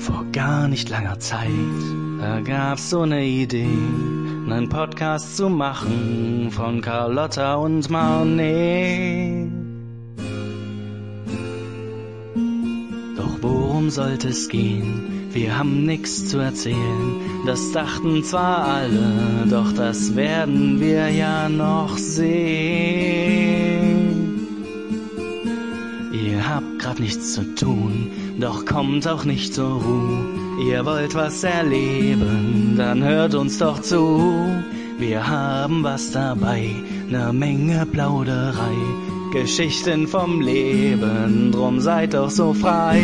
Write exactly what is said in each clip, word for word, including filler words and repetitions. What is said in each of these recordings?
Vor gar nicht langer Zeit, da gab's so eine Idee, einen Podcast zu machen von Carlotta und Marnie. Doch worum sollte es gehen? Wir haben nix zu erzählen, das dachten zwar alle, doch das werden wir ja noch sehen. Ihr habt grad nichts zu tun, doch kommt auch nicht zur Ruhe. Ihr wollt was erleben, dann hört uns doch zu. Wir haben was dabei, ne Menge Plauderei, Geschichten vom Leben, drum seid doch so frei.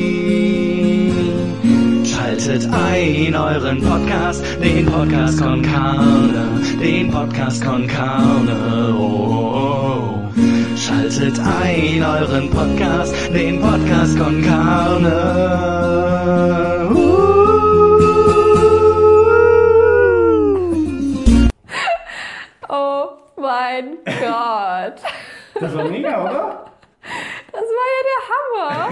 Schaltet ein euren Podcast, den Podcast con Carne, den Podcast con Carne, oh, oh, oh. Schaltet ein euren Podcast, den Podcast con Carne. Oh mein Gott. Das war mega, oder? Das war ja der Hammer.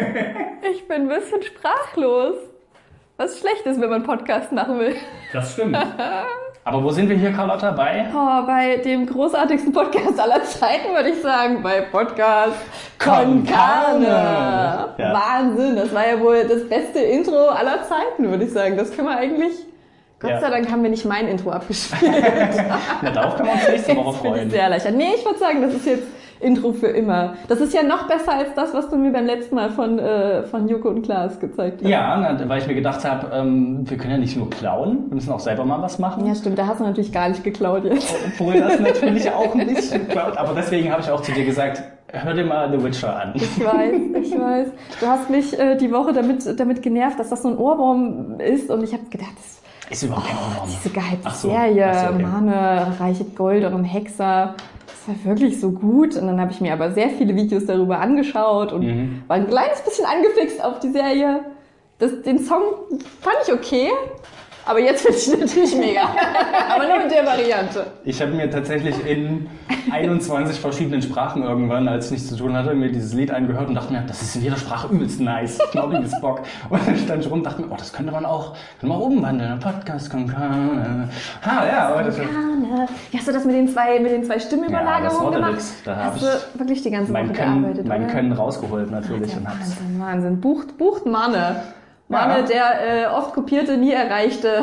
Ich bin ein bisschen sprachlos. Was schlecht ist, wenn man einen Podcast machen will. Das stimmt. Aber wo sind wir hier, Carlotta? Bei? Oh, bei dem großartigsten Podcast aller Zeiten, würde ich sagen. Bei Podcast Con Carne. Ja. Wahnsinn, das war ja wohl das beste Intro aller Zeiten, würde ich sagen. Das können wir eigentlich... Gott ja. sei Dank haben wir nicht mein Intro abgespielt. Na, darauf können wir uns nächste Woche freuen. Bin ich sehr erleichtert. Nee, ich würde sagen, das ist jetzt Intro für immer. Das ist ja noch besser als das, was du mir beim letzten Mal von, äh, von Joko und Klaas gezeigt hast. Ja, na, weil ich mir gedacht habe, ähm, wir können ja nicht nur klauen, wir müssen auch selber mal was machen. Ja, stimmt, da hast du natürlich gar nicht geklaut jetzt. Obwohl das natürlich auch nicht geklaut, aber deswegen habe ich auch zu dir gesagt, hör dir mal The Witcher an. Ich weiß, ich weiß. Du hast mich äh, die Woche damit, damit genervt, dass das so ein Ohrwurm ist und ich habe gedacht, das ist überhaupt kein Ohrwurm. Diese gehypte so. Serie, so, okay. Mane, Reichet Gold und ein Hexer, das war wirklich so gut. Und dann habe ich mir aber sehr viele Videos darüber angeschaut und mhm. war ein kleines bisschen angefixt auf die Serie. Das, den Song fand ich okay, aber jetzt finde ich natürlich mega. Aber nur mit der Variante. Ich habe mir tatsächlich in einundzwanzig verschiedenen Sprachen irgendwann, als ich nichts zu tun hatte, mir dieses Lied angehört und dachte mir, das ist in jeder Sprache übelst nice. Ich glaube, übelst Bock. Und dann stand ich rum und dachte mir, oh, das könnte man auch, könnte man auch umwandeln. Podcast con Carne. Ha, ja, aber das Wie hast du das mit den zwei, mit den zwei Stimmüberlagerungen ja, gemacht? Da hast du ich wirklich die ganze Woche Können, gearbeitet, mein oder? Können rausgeholt natürlich. Ja, und hab's. Wahnsinn, Wahnsinn. Bucht, bucht Mane. Mane, Ja. der äh, oft kopierte, nie erreichte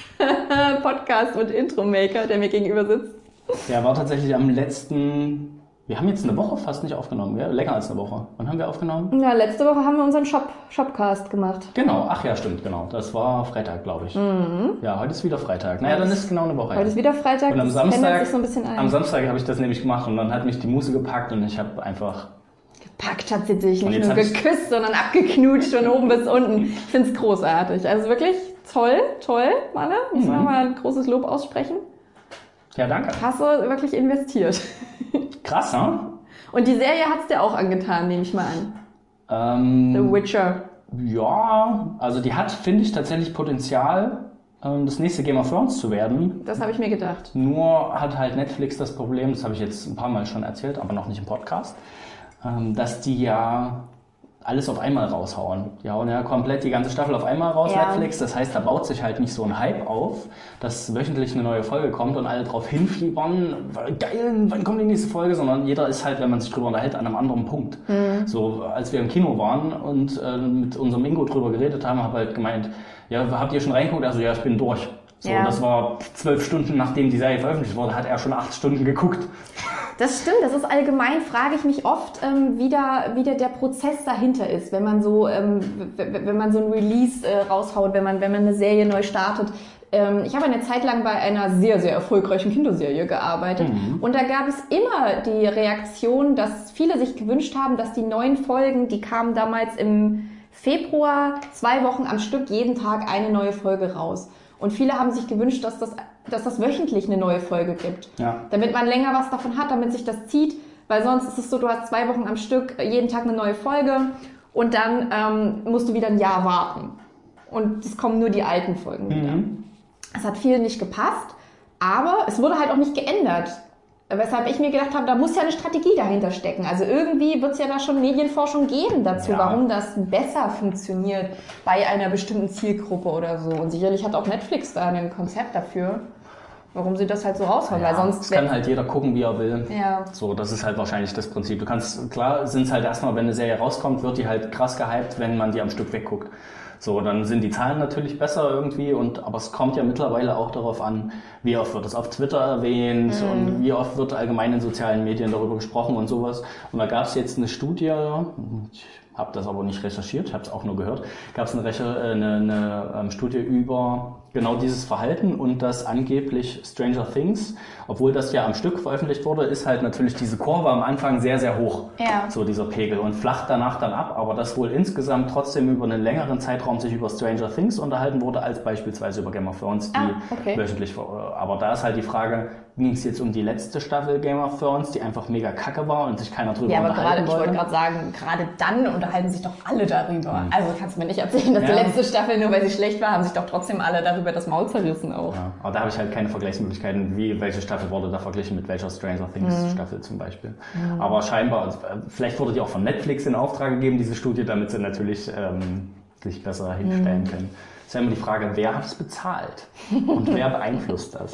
Podcast- und Intro-Maker, der mir gegenüber sitzt. Der war tatsächlich am letzten... Wir haben jetzt eine Woche fast nicht aufgenommen, gell? Länger als eine Woche. Wann haben wir aufgenommen? Ja, letzte Woche haben wir unseren Shop, Shopcast gemacht. Genau, ach ja, stimmt, genau. Das war Freitag, glaube ich. Mhm. Ja, heute ist wieder Freitag. Naja, dann ist es genau eine Woche. Heute ist wieder Freitag, und am das Samstag, pendelt sich so ein bisschen ein. Am Samstag habe ich das nämlich gemacht und dann hat mich die Muse gepackt und ich habe einfach... Gepackt hat sie dich, Und nicht jetzt nur hab ich- geküsst, sondern abgeknutscht von oben bis unten. Ich finde es großartig. Also wirklich toll, toll, Mane. Muss man Mhm. mal ein großes Lob aussprechen. Ja, danke. Hast du wirklich investiert. Krass, ne? Und die Serie hat's dir auch angetan, nehme ich mal an. Ähm, The Witcher. Ja, also die hat, finde ich, tatsächlich Potenzial, ähm, das nächste Game of Thrones zu werden. Das habe ich mir gedacht. Nur hat halt Netflix das Problem, das habe ich jetzt ein paar Mal schon erzählt, aber noch nicht im Podcast, ähm, dass die ja alles auf einmal raushauen. Die hauen ja komplett die ganze Staffel auf einmal raus, Ja. Netflix. Das heißt, da baut sich halt nicht so ein Hype auf, dass wöchentlich eine neue Folge kommt und alle drauf hinfiebern, geil, wann kommt die nächste Folge, sondern jeder ist halt, wenn man sich drüber unterhält, an einem anderen Punkt. Mhm. So, als wir im Kino waren und äh, mit unserem Ingo drüber geredet haben, habe halt gemeint, ja, habt ihr schon reingeguckt? Also ja, ich bin durch. So, Ja. das war zwölf Stunden, nachdem die Serie veröffentlicht wurde, hat er schon acht Stunden geguckt. Das stimmt, das ist allgemein, frage ich mich oft, ähm, wie, da, wie der, der Prozess dahinter ist, wenn man so, ähm, w- w- wenn man so ein Release äh, raushaut, wenn man, wenn man eine Serie neu startet. Ähm, ich habe eine Zeit lang bei einer sehr, sehr erfolgreichen Kinderserie gearbeitet Mhm. und da gab es immer die Reaktion, dass viele sich gewünscht haben, dass die neuen Folgen, die kamen damals im Februar, zwei Wochen am Stück, jeden Tag eine neue Folge raus. Und viele haben sich gewünscht, dass das, dass das wöchentlich eine neue Folge gibt. Ja. Damit man länger was davon hat, damit sich das zieht. Weil sonst ist es so, du hast zwei Wochen am Stück, jeden Tag eine neue Folge und dann ähm, musst du wieder ein Jahr warten. Und es kommen nur die alten Folgen wieder. Mhm. Es hat vielen nicht gepasst, aber es wurde halt auch nicht geändert. weshalb ich mir gedacht habe, da muss ja eine Strategie dahinter stecken. Also irgendwie wird es ja da schon Medienforschung geben dazu, ja. warum das besser funktioniert bei einer bestimmten Zielgruppe oder so. Und sicherlich hat auch Netflix da ein Konzept dafür, warum sie das halt so raushauen. Ja, weil sonst das kann halt jeder gucken, wie er will. Ja. So, das ist halt wahrscheinlich das Prinzip. Du kannst, klar sind es halt erstmal, wenn eine Serie rauskommt, wird die halt krass gehypt, wenn man die am Stück wegguckt. So, dann sind die Zahlen natürlich besser irgendwie, und aber es kommt ja mittlerweile auch darauf an, wie oft wird es auf Twitter erwähnt mhm. und wie oft wird allgemein in sozialen Medien darüber gesprochen und sowas. Und da gab es jetzt eine Studie, ich habe das aber nicht recherchiert, ich habe es auch nur gehört, gab es eine, eine, eine, eine Studie über genau dieses Verhalten, und das angeblich Stranger Things, obwohl das ja am Stück veröffentlicht wurde, ist halt natürlich diese Kurve am Anfang sehr, sehr hoch, ja. so dieser Pegel, und flacht danach dann ab, aber das wohl insgesamt trotzdem über einen längeren Zeitraum sich über Stranger Things unterhalten wurde, als beispielsweise über Game of Thrones, die ah, okay. wöchentlich, aber da ist halt die Frage, ging es jetzt um die letzte Staffel Game of Thrones, die einfach mega kacke war und sich keiner drüber ja, aber unterhalten gerade, wollte? Ich wollte gerade sagen, gerade dann unterhalten sich doch alle darüber. Mhm. Also kannst du mir nicht erzählen, dass ja. die letzte Staffel, nur weil sie schlecht war, haben sich doch trotzdem alle darüber das Maul zerrissen auch. Ja, aber da habe ich halt keine Vergleichsmöglichkeiten, wie welche Staffel wurde da verglichen mit welcher Stranger Things mhm. Staffel zum Beispiel. Mhm. Aber scheinbar, vielleicht wurde die auch von Netflix in Auftrag gegeben, diese Studie, damit sie natürlich ähm, sich besser hinstellen mhm. können. Es ist ja immer die Frage, wer hat es bezahlt und wer beeinflusst das?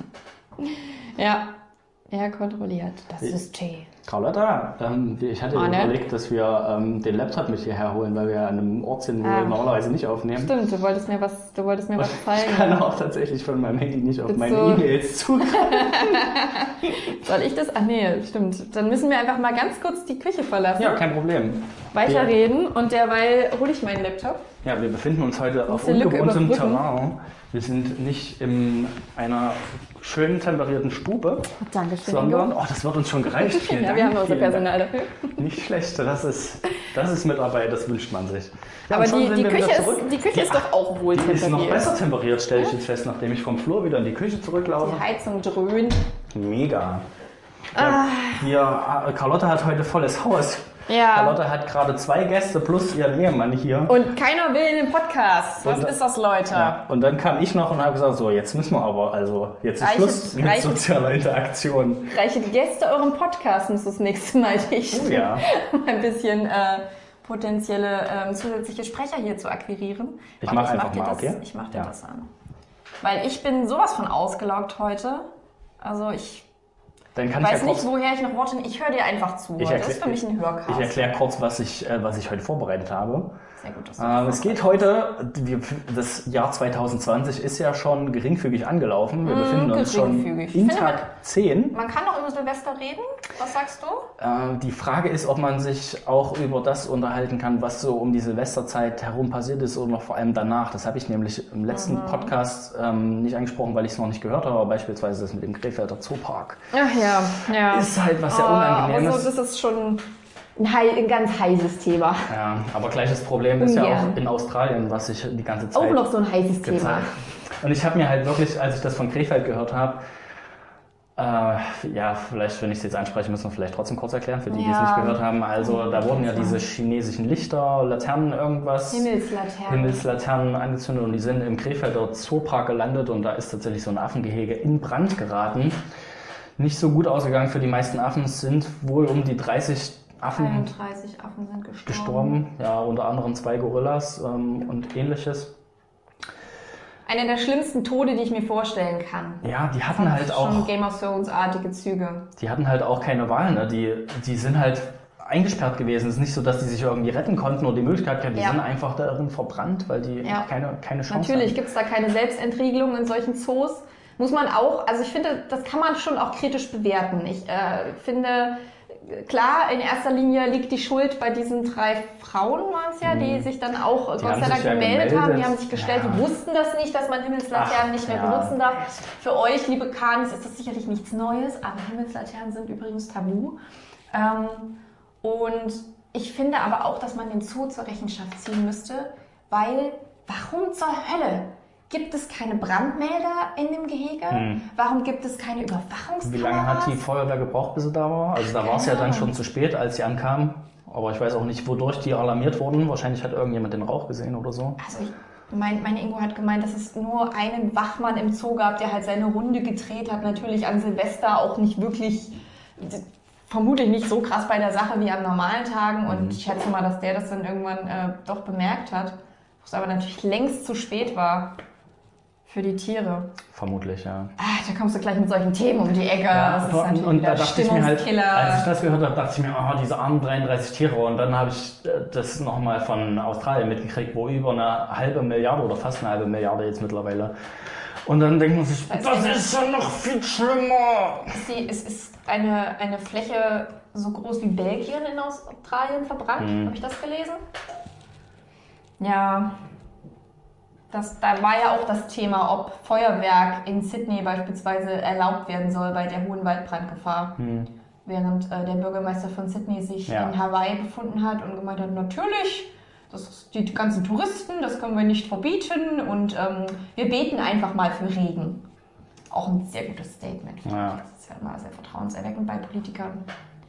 Ja, er kontrolliert das System. Carlotta, ähm, ich hatte oh, ne? überlegt, dass wir ähm, den Laptop mit hierher holen, weil wir an einem Ort sind, wo ah. wir normalerweise nicht aufnehmen. Stimmt, du wolltest mir was, du wolltest mir was zeigen. Ich kann auch tatsächlich von meinem Handy nicht auf Bist meine so E-Mails zugreifen. Soll ich das? Ah nee, stimmt. Dann müssen wir einfach mal ganz kurz die Küche verlassen. Ja, kein Problem. Weiterreden und derweil hole ich meinen Laptop. Ja, wir befinden uns heute auf ungewohntem Terrain. Wir sind nicht in einer schön temperierten Stube, Dankeschön, sondern, oh, das wird uns schon gereicht. Vielen ja, Dank. wir haben unser Personal dafür. Nicht schlecht, das ist, das ist Mitarbeit, das wünscht man sich. Ja, aber die, die, Küche ist, die Küche ja, ist doch auch wohl temperiert. Die ist noch besser temperiert, stelle ich jetzt fest, nachdem ich vom Flur wieder in die Küche zurücklaufe. Die Heizung dröhnt. Mega. Ja, ah. Hier, Carlotta hat heute volles Haus. Ja. Carlotta hat gerade zwei Gäste plus ihren Ehemann hier. Und keiner will in den Podcast. Was und, ist das, Leute? Ja. Und dann kam ich noch und habe gesagt, so, jetzt müssen wir aber, also jetzt ist reiche, Schluss mit reiche, sozialer Interaktion. Reiche Gäste eurem Podcast muss das nächste Mal dichten. Oh ja. Ein bisschen äh, potenzielle ähm, zusätzliche Sprecher hier zu akquirieren. Ich mache einfach mach mal, das, okay? Ich mache dir ja. das an. Weil ich bin sowas von ausgelaugt heute. Also ich... Dann kann ich ich weiß ja kurz, nicht, woher ich noch Worte... Ich höre dir einfach zu. Ich erklär, das ist für mich ein Hörcast. Ich erkläre kurz, was ich, äh, was ich heute vorbereitet habe. Sehr gut. Das äh, es geht heute... Wir, das Jahr zwanzig zwanzig ist ja schon geringfügig angelaufen. Wir mmh, befinden uns schon in Tag zehn. Man kann noch über Silvester reden. Was sagst du? Äh, die Frage ist, ob man sich auch über das unterhalten kann, was so um die Silvesterzeit herum passiert ist oder noch vor allem danach. Das habe ich nämlich im letzten mhm. Podcast ähm, nicht angesprochen, weil ich es noch nicht gehört habe. Aber beispielsweise das mit dem Krefelder Zoopark. Ach ja, ja. Ist halt was sehr oh, Unangenehmes. Also das ist schon ein, hei- ein ganz heißes Thema. Ja, aber gleiches Problem ist ja, ja auch in Australien, was ich die ganze Zeit auch noch so ein heißes gezeigt. Thema. Und ich habe mir halt wirklich, als ich das von Krefeld gehört habe, äh, ja, vielleicht, wenn ich es jetzt anspreche, müssen wir vielleicht trotzdem kurz erklären, für die, ja. die es nicht gehört haben. Also da wurden ja diese chinesischen Lichter, Laternen, irgendwas, Himmelslaternen. Himmelslaternen angezündet, und die sind im Krefelder Zoopark gelandet, und da ist tatsächlich so ein Affengehege in Brand geraten. Nicht so gut ausgegangen für die meisten Affen. Es sind wohl um die dreißig Affen, einunddreißig Affen sind gestorben. gestorben. Ja, unter anderem zwei Gorillas ähm, und ähnliches. Einer der schlimmsten Tode, die ich mir vorstellen kann. Ja, die hatten das halt auch... schon Game of Thrones-artige Züge. Die hatten halt auch keine Wahl, ne? Die, die sind halt eingesperrt gewesen. Es ist nicht so, dass die sich irgendwie retten konnten oder die Möglichkeit hatten. Die ja. sind einfach darin verbrannt, weil die ja. keine, keine Chance Natürlich gibt es da keine Selbstentriegelung in solchen Zoos. Muss man auch, also ich finde, das kann man schon auch kritisch bewerten. Ich äh, finde... Klar, in erster Linie liegt die Schuld bei diesen drei Frauen, waren es ja, die mhm. sich dann auch die Gott sei Dank ja gemeldet, gemeldet haben. Die haben sich gestellt, ja. die wussten das nicht, dass man Himmelslaternen Ach, nicht mehr ja. benutzen darf. Für euch, liebe Kanis, ist das sicherlich nichts Neues, aber Himmelslaternen sind übrigens tabu. Ähm, und ich finde aber auch, dass man den Zoo zur Rechenschaft ziehen müsste, weil, warum zur Hölle gibt es keine Brandmelder in dem Gehege? Hm. Warum gibt es keine Überwachungskameras? Wie lange hat die Feuerwehr gebraucht, bis sie da war? Also da war es ja dann schon zu spät, als sie ankam. Aber ich weiß auch nicht, wodurch die alarmiert wurden. Wahrscheinlich hat irgendjemand den Rauch gesehen oder so. Also ich, Mein, meine Ingo hat gemeint, dass es nur einen Wachmann im Zoo gab, der halt seine Runde gedreht hat. Natürlich an Silvester auch nicht wirklich, vermutlich nicht so krass bei der Sache wie an normalen Tagen. Und mhm. ich schätze mal, dass der das dann irgendwann äh, doch bemerkt hat. Was aber natürlich längst zu spät war für die Tiere. Vermutlich, ja. Ach, da kommst du gleich mit solchen Themen um die Ecke. Ja, das ist und, natürlich und da dachte ich mir halt, Stimmungskiller. als ich das gehört habe, dachte ich mir, oh, diese armen dreiunddreißig Tiere. Und dann habe ich das nochmal von Australien mitgekriegt, wo über eine halbe Milliarde oder fast eine halbe Milliarde jetzt mittlerweile. Und dann denkt man sich, das, das ist ja noch viel schlimmer. Es ist eine, eine Fläche so groß wie Belgien in Australien verbrannt. Hm. Habe ich das gelesen? Ja. Das, da war ja auch das Thema, ob Feuerwerk in Sydney beispielsweise erlaubt werden soll bei der hohen Waldbrandgefahr. Hm. Während äh, der Bürgermeister von Sydney sich ja. in Hawaii befunden hat und gemeint hat, natürlich, das ist die ganzen Touristen, das können wir nicht verbieten und ähm, wir beten einfach mal für Regen. Auch ein sehr gutes Statement. Ja. Das ist ja immer sehr vertrauenserweckend bei Politikern.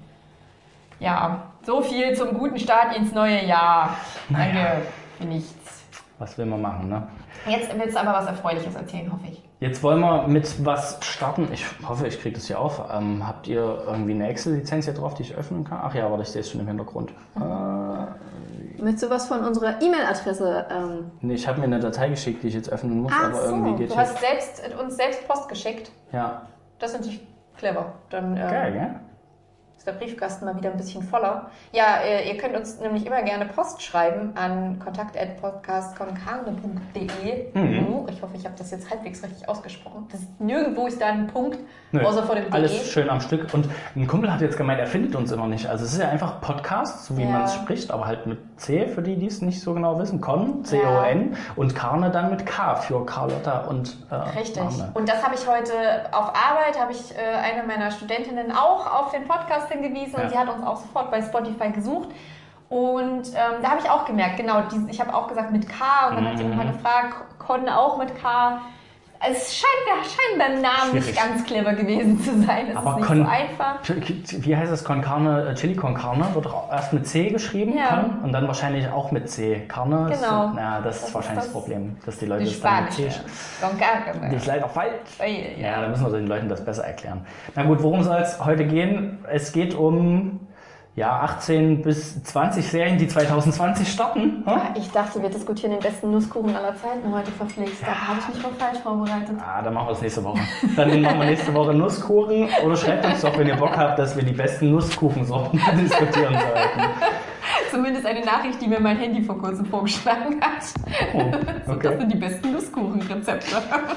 Ja, so viel zum guten Start ins neue Jahr. Danke naja. für nichts. Was will man machen, ne? Jetzt willst du aber was Erfreuliches erzählen, hoffe ich. Jetzt wollen wir mit was starten. Ich hoffe, ich kriege das hier auf. Ähm, habt ihr irgendwie eine Excel-Lizenz hier drauf, die ich öffnen kann? Ach ja, warte, ich sehe es schon im Hintergrund. Mhm. Äh, Möchtest du was von unserer E-Mail-Adresse? Ähm nee, ich habe mir eine Datei geschickt, die ich jetzt öffnen muss, Ach aber so, irgendwie geht du hast selbst, uns selbst Post geschickt? Ja. Das ist natürlich clever. Dann, ähm, geil, gell? Ist der Briefkasten mal wieder ein bisschen voller. Ja, äh, ihr könnt uns nämlich immer gerne Post schreiben an kontakt at podcast con carne punkt de. Mhm. Ich hoffe, ich habe das jetzt halbwegs richtig ausgesprochen. Das ist, nirgendwo ist da ein Punkt, Nö, außer vor dem alles de. Schön am Stück. Und ein Kumpel hat jetzt gemeint, er findet uns immer nicht. Also es ist ja einfach Podcast, so wie ja. man es spricht, aber halt mit C, für die, die es nicht so genau wissen. Con, C O N. Ja. Und Carne dann mit K für Carlotta und äh, Richtig. Arne. Und das habe ich heute auf Arbeit, habe ich äh, eine meiner Studentinnen auch auf den Podcast hingewiesen und ja. sie hat uns auch sofort bei Spotify gesucht. Und ähm, da habe ich auch gemerkt, genau, die, ich habe auch gesagt mit K und dann mhm. hat sie nochmal gefragt, Con auch mit K. Es scheint, scheint beim Namen Schwierig. nicht ganz clever gewesen zu sein. Es ist nicht con, so einfach. Wie heißt das? Con Carne, Chili con Carne wird auch erst mit C geschrieben ja. con, und dann wahrscheinlich auch mit C. Carne genau. ist, na, das, das ist wahrscheinlich das, das Problem, dass die Leute die das dann mit C Con Carne. Das ist leider falsch. Oh, yeah, yeah. Ja, da müssen wir den Leuten das besser erklären. Na gut, worum soll es heute gehen? Es geht um ja, achtzehn bis zwanzig Serien, die zwanzig zwanzig starten. Hm? Ich dachte, wir diskutieren den besten Nusskuchen aller Zeiten heute verpflichtet. Da habe ich mich mal falsch vorbereitet. Ah, dann machen wir es nächste Woche. Dann machen wir nächste Woche Nusskuchen. Oder schreibt uns doch, wenn ihr Bock habt, dass wir die besten Nusskuchensorten diskutieren sollten. Zumindest eine Nachricht, die mir mein Handy vor kurzem vorgeschlagen hat. Oh, okay. Das sind die besten Nusskuchenrezepte.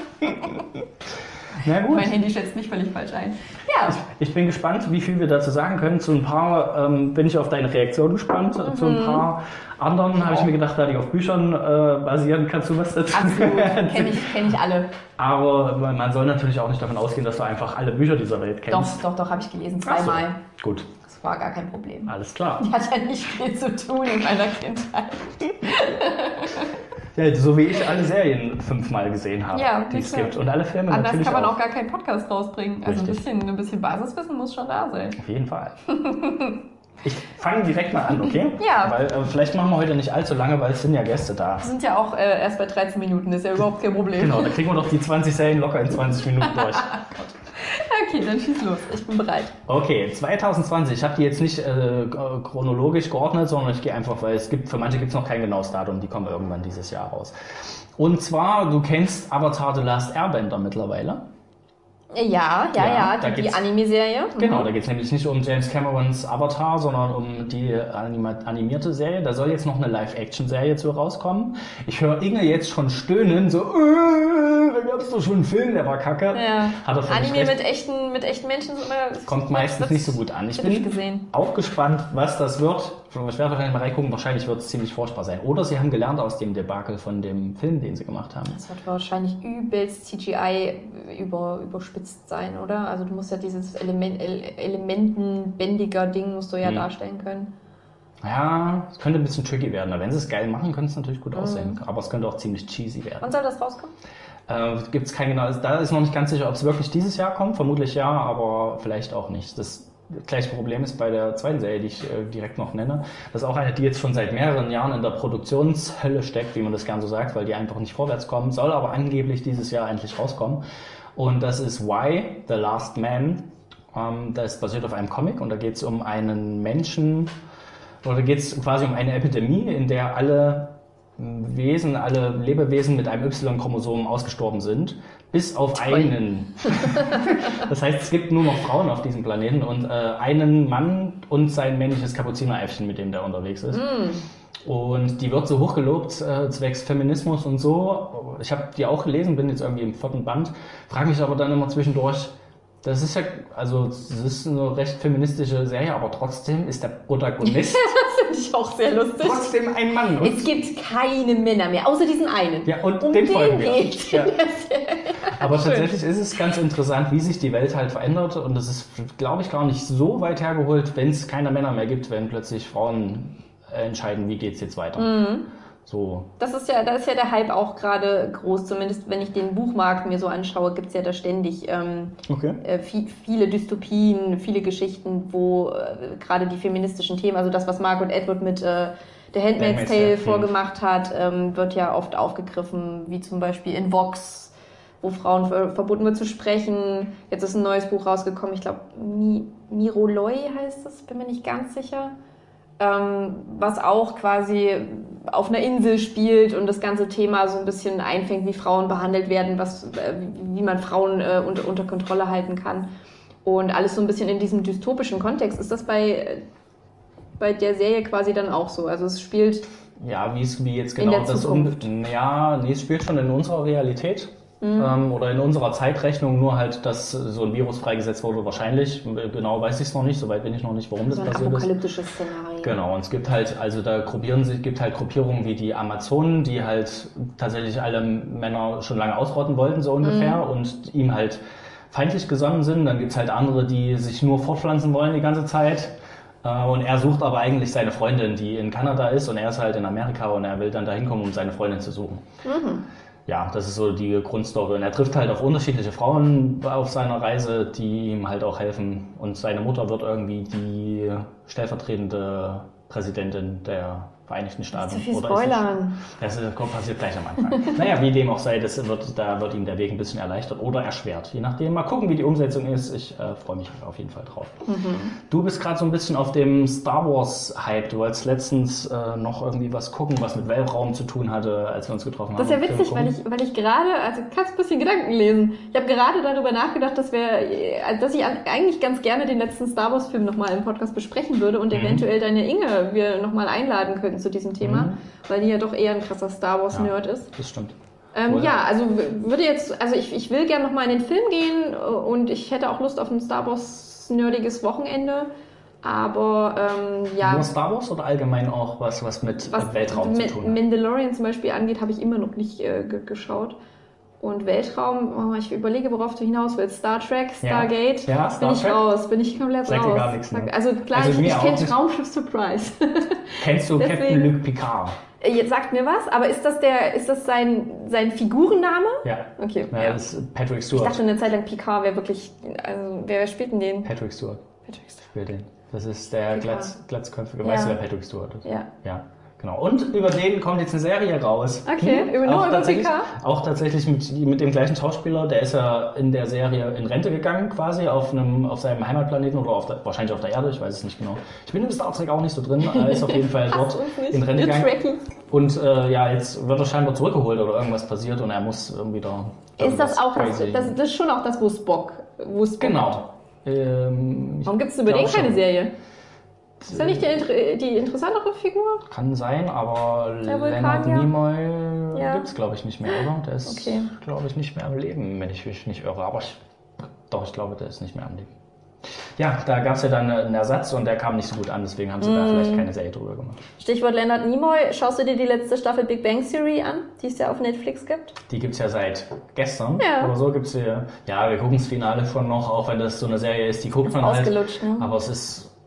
Na gut. Mein Handy schätzt mich völlig falsch ein. Ja. Ich, ich bin gespannt, wie viel wir dazu sagen können. Zu ein paar ähm, bin ich auf deine Reaktion gespannt. Mhm. Zu ein paar anderen habe ich mir gedacht, da die auf Büchern äh, basieren, kannst du was dazu Absolut, kenne ich, kenn ich alle. Aber man soll natürlich auch nicht davon ausgehen, dass du einfach alle Bücher dieser Welt kennst. Doch, doch, doch, habe ich gelesen, zweimal. So. Gut. Das war gar kein Problem. Alles klar. Die hat ja nicht viel zu tun in meiner Kindheit. Ja, so wie ich alle Serien fünfmal gesehen habe, ja, die es gibt. Und alle Filme Anders natürlich kann man auch. auch gar keinen Podcast rausbringen. Also ein bisschen, ein bisschen Basiswissen muss schon da sein. Auf jeden Fall. Ich fange direkt mal an, okay? Ja. Weil äh, vielleicht machen wir heute nicht allzu lange, weil es sind ja Gäste da. Wir sind ja auch äh, erst bei dreizehn Minuten, das ist ja überhaupt kein Problem. Genau, da kriegen wir doch die zwanzig Serien locker in zwanzig Minuten durch. Okay, dann schieß los. Ich bin bereit. Okay, zwanzig zwanzig. Ich habe die jetzt nicht äh, chronologisch geordnet, sondern ich gehe einfach, weil es gibt, für manche gibt es noch kein genaues Datum, die kommen irgendwann dieses Jahr raus. Und zwar, du kennst Avatar The Last Airbender mittlerweile. Ja, ja, ja, ja die, die Anime-Serie. Genau, da geht es nämlich nicht um James Camerons Avatar, sondern um die anima- animierte Serie. Da soll jetzt noch eine Live-Action-Serie zu rauskommen. Ich höre Inge jetzt schon stöhnen, so, äh, da gab es doch schon einen Film, der war kacke. Ja. Hat er Anime mit echten, mit echten Menschen ist immer, kommt meistens nicht so gut an. Ich bin gesehen. auch gespannt, was das wird. Ich werde wahrscheinlich mal reingucken, wahrscheinlich wird es ziemlich furchtbar sein. Oder sie haben gelernt aus dem Debakel von dem Film, den sie gemacht haben. Das wird wahrscheinlich übelst C G I über, überspitzt sein, oder? Also du musst ja dieses Element, elementenbändiger Ding musst du ja hm. darstellen können. Ja, es könnte ein bisschen tricky werden. Wenn sie es geil machen, könnte es natürlich gut mhm. aussehen. Aber es könnte auch ziemlich cheesy werden. Wann soll das rauskommen? Äh, Gibt es kein genaues, da ist noch nicht ganz sicher, ob es wirklich dieses Jahr kommt. Vermutlich ja, aber vielleicht auch nicht. Das gleiche Problem ist bei der zweiten Serie, die ich äh, direkt noch nenne. Das ist auch eine, die jetzt schon seit mehreren Jahren in der Produktionshölle steckt, wie man das gern so sagt, weil die einfach nicht vorwärts kommen, soll aber angeblich dieses Jahr endlich rauskommen. Und das ist Y, The Last Man. Ähm, das basiert auf einem Comic und da geht es um einen Menschen, oder geht es quasi um eine Epidemie, in der alle Wesen, alle Lebewesen mit einem Y-Chromosom ausgestorben sind, bis auf Toll. einen. Das heißt, es gibt nur noch Frauen auf diesem Planeten und äh, einen Mann und sein männliches Kapuzineräffchen, mit dem der unterwegs ist. Mm. Und die wird so hochgelobt, äh, zwecks Feminismus und so. Ich habe die auch gelesen, bin jetzt irgendwie im vierten Band, frage mich aber dann immer zwischendurch, das ist ja, also es ist eine recht feministische Serie, aber trotzdem ist der Protagonist das finde ich auch sehr lustig. Trotzdem ein Mann. Und es gibt keine Männer mehr, außer diesen einen. Ja, und um den, den folgen wir. Geht Ja. Aber tatsächlich ist es ganz interessant, wie sich die Welt halt verändert und es ist, glaube ich, gar nicht so weit hergeholt, wenn es keine Männer mehr gibt, wenn plötzlich Frauen entscheiden, wie geht's jetzt weiter. Mhm. So. Das ist ja, da ist ja der Hype auch gerade groß, zumindest wenn ich den Buchmarkt mir so anschaue, gibt's ja da ständig ähm, okay. äh, viel, viele Dystopien, viele Geschichten, wo äh, gerade die feministischen Themen, also das, was Margaret Atwood mit äh, The Handmaid's Tale vorgemacht hat, ähm, wird ja oft aufgegriffen, wie zum Beispiel in Vox, wo Frauen ver- verboten wird zu sprechen. Jetzt ist ein neues Buch rausgekommen, ich glaube Mi- Miroloi heißt es, bin mir nicht ganz sicher. Ähm, was auch quasi auf einer Insel spielt und das ganze Thema so ein bisschen einfängt, wie Frauen behandelt werden, was, äh, wie man Frauen äh, unter, unter Kontrolle halten kann. Und alles so ein bisschen in diesem dystopischen Kontext. Ist das bei, bei der Serie quasi dann auch so? Also es spielt ja, wie es wie jetzt genau das um, ja, nee, es spielt schon in unserer Realität. Mhm. Ähm, oder in unserer Zeitrechnung, nur halt, dass so ein Virus freigesetzt wurde, wahrscheinlich. Genau weiß ich es noch nicht, soweit bin ich noch nicht, warum das so passiert ist. Ein apokalyptisches Szenario. Genau, und es gibt halt, also da gruppieren sich, gibt halt Gruppierungen wie die Amazonen, die halt tatsächlich alle Männer schon lange ausrotten wollten, so ungefähr, mhm. und ihm halt feindlich gesonnen sind. Dann gibt's halt andere, die sich nur fortpflanzen wollen die ganze Zeit. Und er sucht aber eigentlich seine Freundin, die in Kanada ist, und er ist halt in Amerika und er will dann dahin kommen, um seine Freundin zu suchen. Mhm. Ja, das ist so die Grundstory. Und er trifft halt auf unterschiedliche Frauen auf seiner Reise, die ihm halt auch helfen. Und seine Mutter wird irgendwie die stellvertretende Präsidentin der Vereinigten Staaten. Zu viel Spoilern. Das passiert gleich am Anfang. Naja, wie dem auch sei, das wird, da wird ihm der Weg ein bisschen erleichtert oder erschwert. Je nachdem. Mal gucken, wie die Umsetzung ist. Ich äh, freue mich auf jeden Fall drauf. Mhm. Du bist gerade so ein bisschen auf dem Star Wars Hype. Du wolltest letztens äh, noch irgendwie was gucken, was mit Weltraum zu tun hatte, als wir uns getroffen haben. Das ist ja witzig, weil ich, weil ich gerade, also kannst ein bisschen Gedanken lesen. Ich habe gerade darüber nachgedacht, dass wir, dass ich eigentlich ganz gerne den letzten Star Wars Film nochmal im Podcast besprechen würde und mhm. eventuell deine Inge wir nochmal einladen könnten zu diesem Thema, mhm. weil die ja doch eher ein krasser Star Wars Nerd ja, ist. Das stimmt. Ähm, ja, also würde jetzt, also ich, ich will gerne nochmal in den Film gehen und ich hätte auch Lust auf ein Star Wars nerdiges Wochenende, aber ähm, ja. Nur Star Wars oder allgemein auch was, was mit was Weltraum mit zu tun hat? Mandalorian zum Beispiel angeht, habe ich immer noch nicht äh, g- geschaut. Und Weltraum, oh, ich überlege, worauf du hinaus willst. Star Trek, Stargate, ja, ja, Star bin ich Trek. raus, bin ich komplett Sagt raus. Dir gar nichts, ne? Also klar, also ich, ich kenne Raumschiff Surprise. Kennst du Deswegen, Captain Luke Picard? Jetzt sagt mir was, aber ist das der, ist das sein, sein Figurenname? Ja. Okay. Ja, ja. Das ist Patrick Stewart. Ich dachte eine Zeit lang Picard wäre wirklich, also wer, wer spielt denn den? Patrick Stewart. Patrick Stewart. Spielt den. Das ist der Glatz, glatzköpfige, ja. weißt du, wer Patrick Stewart ist? Ja. Ja. Genau. Und über den kommt jetzt eine Serie raus. Okay, hm? über nur auch über Picard? Auch tatsächlich mit, mit dem gleichen Schauspieler. Der ist ja in der Serie in Rente gegangen, quasi auf einem, auf seinem Heimatplaneten oder auf der, wahrscheinlich auf der Erde, ich weiß es nicht genau. Ich bin im Star Trek auch nicht so drin, er ist auf jeden Fall dort in Rente gegangen. Und äh, ja, jetzt wird er scheinbar zurückgeholt oder irgendwas passiert und er muss irgendwie da. Ist das auch das, das, das ist schon auch das, wo Spock, wo Spock Genau. Ähm, Warum gibt es über den keine schon. Serie? Ist er nicht die, die interessantere Figur? Kann sein, aber Leonard Nimoy ja. gibt es, glaube ich, nicht mehr, oder? Der ist, okay. glaube ich, nicht mehr am Leben, wenn ich mich nicht irre. Aber ich, doch, ich glaube, der ist nicht mehr am Leben. Ja, da gab es ja dann einen Ersatz und der kam nicht so gut an, deswegen haben sie mm. da vielleicht keine Serie drüber gemacht. Stichwort Leonard Nimoy. Schaust du dir die letzte Staffel Big Bang Theory an, die es ja auf Netflix gibt? Die gibt es ja seit gestern ja. oder so. Gibt's ja, ja, wir gucken das Finale schon noch, auch wenn das so eine Serie ist, die guckt man halt. Ausgelutscht, ne? Aber es ist...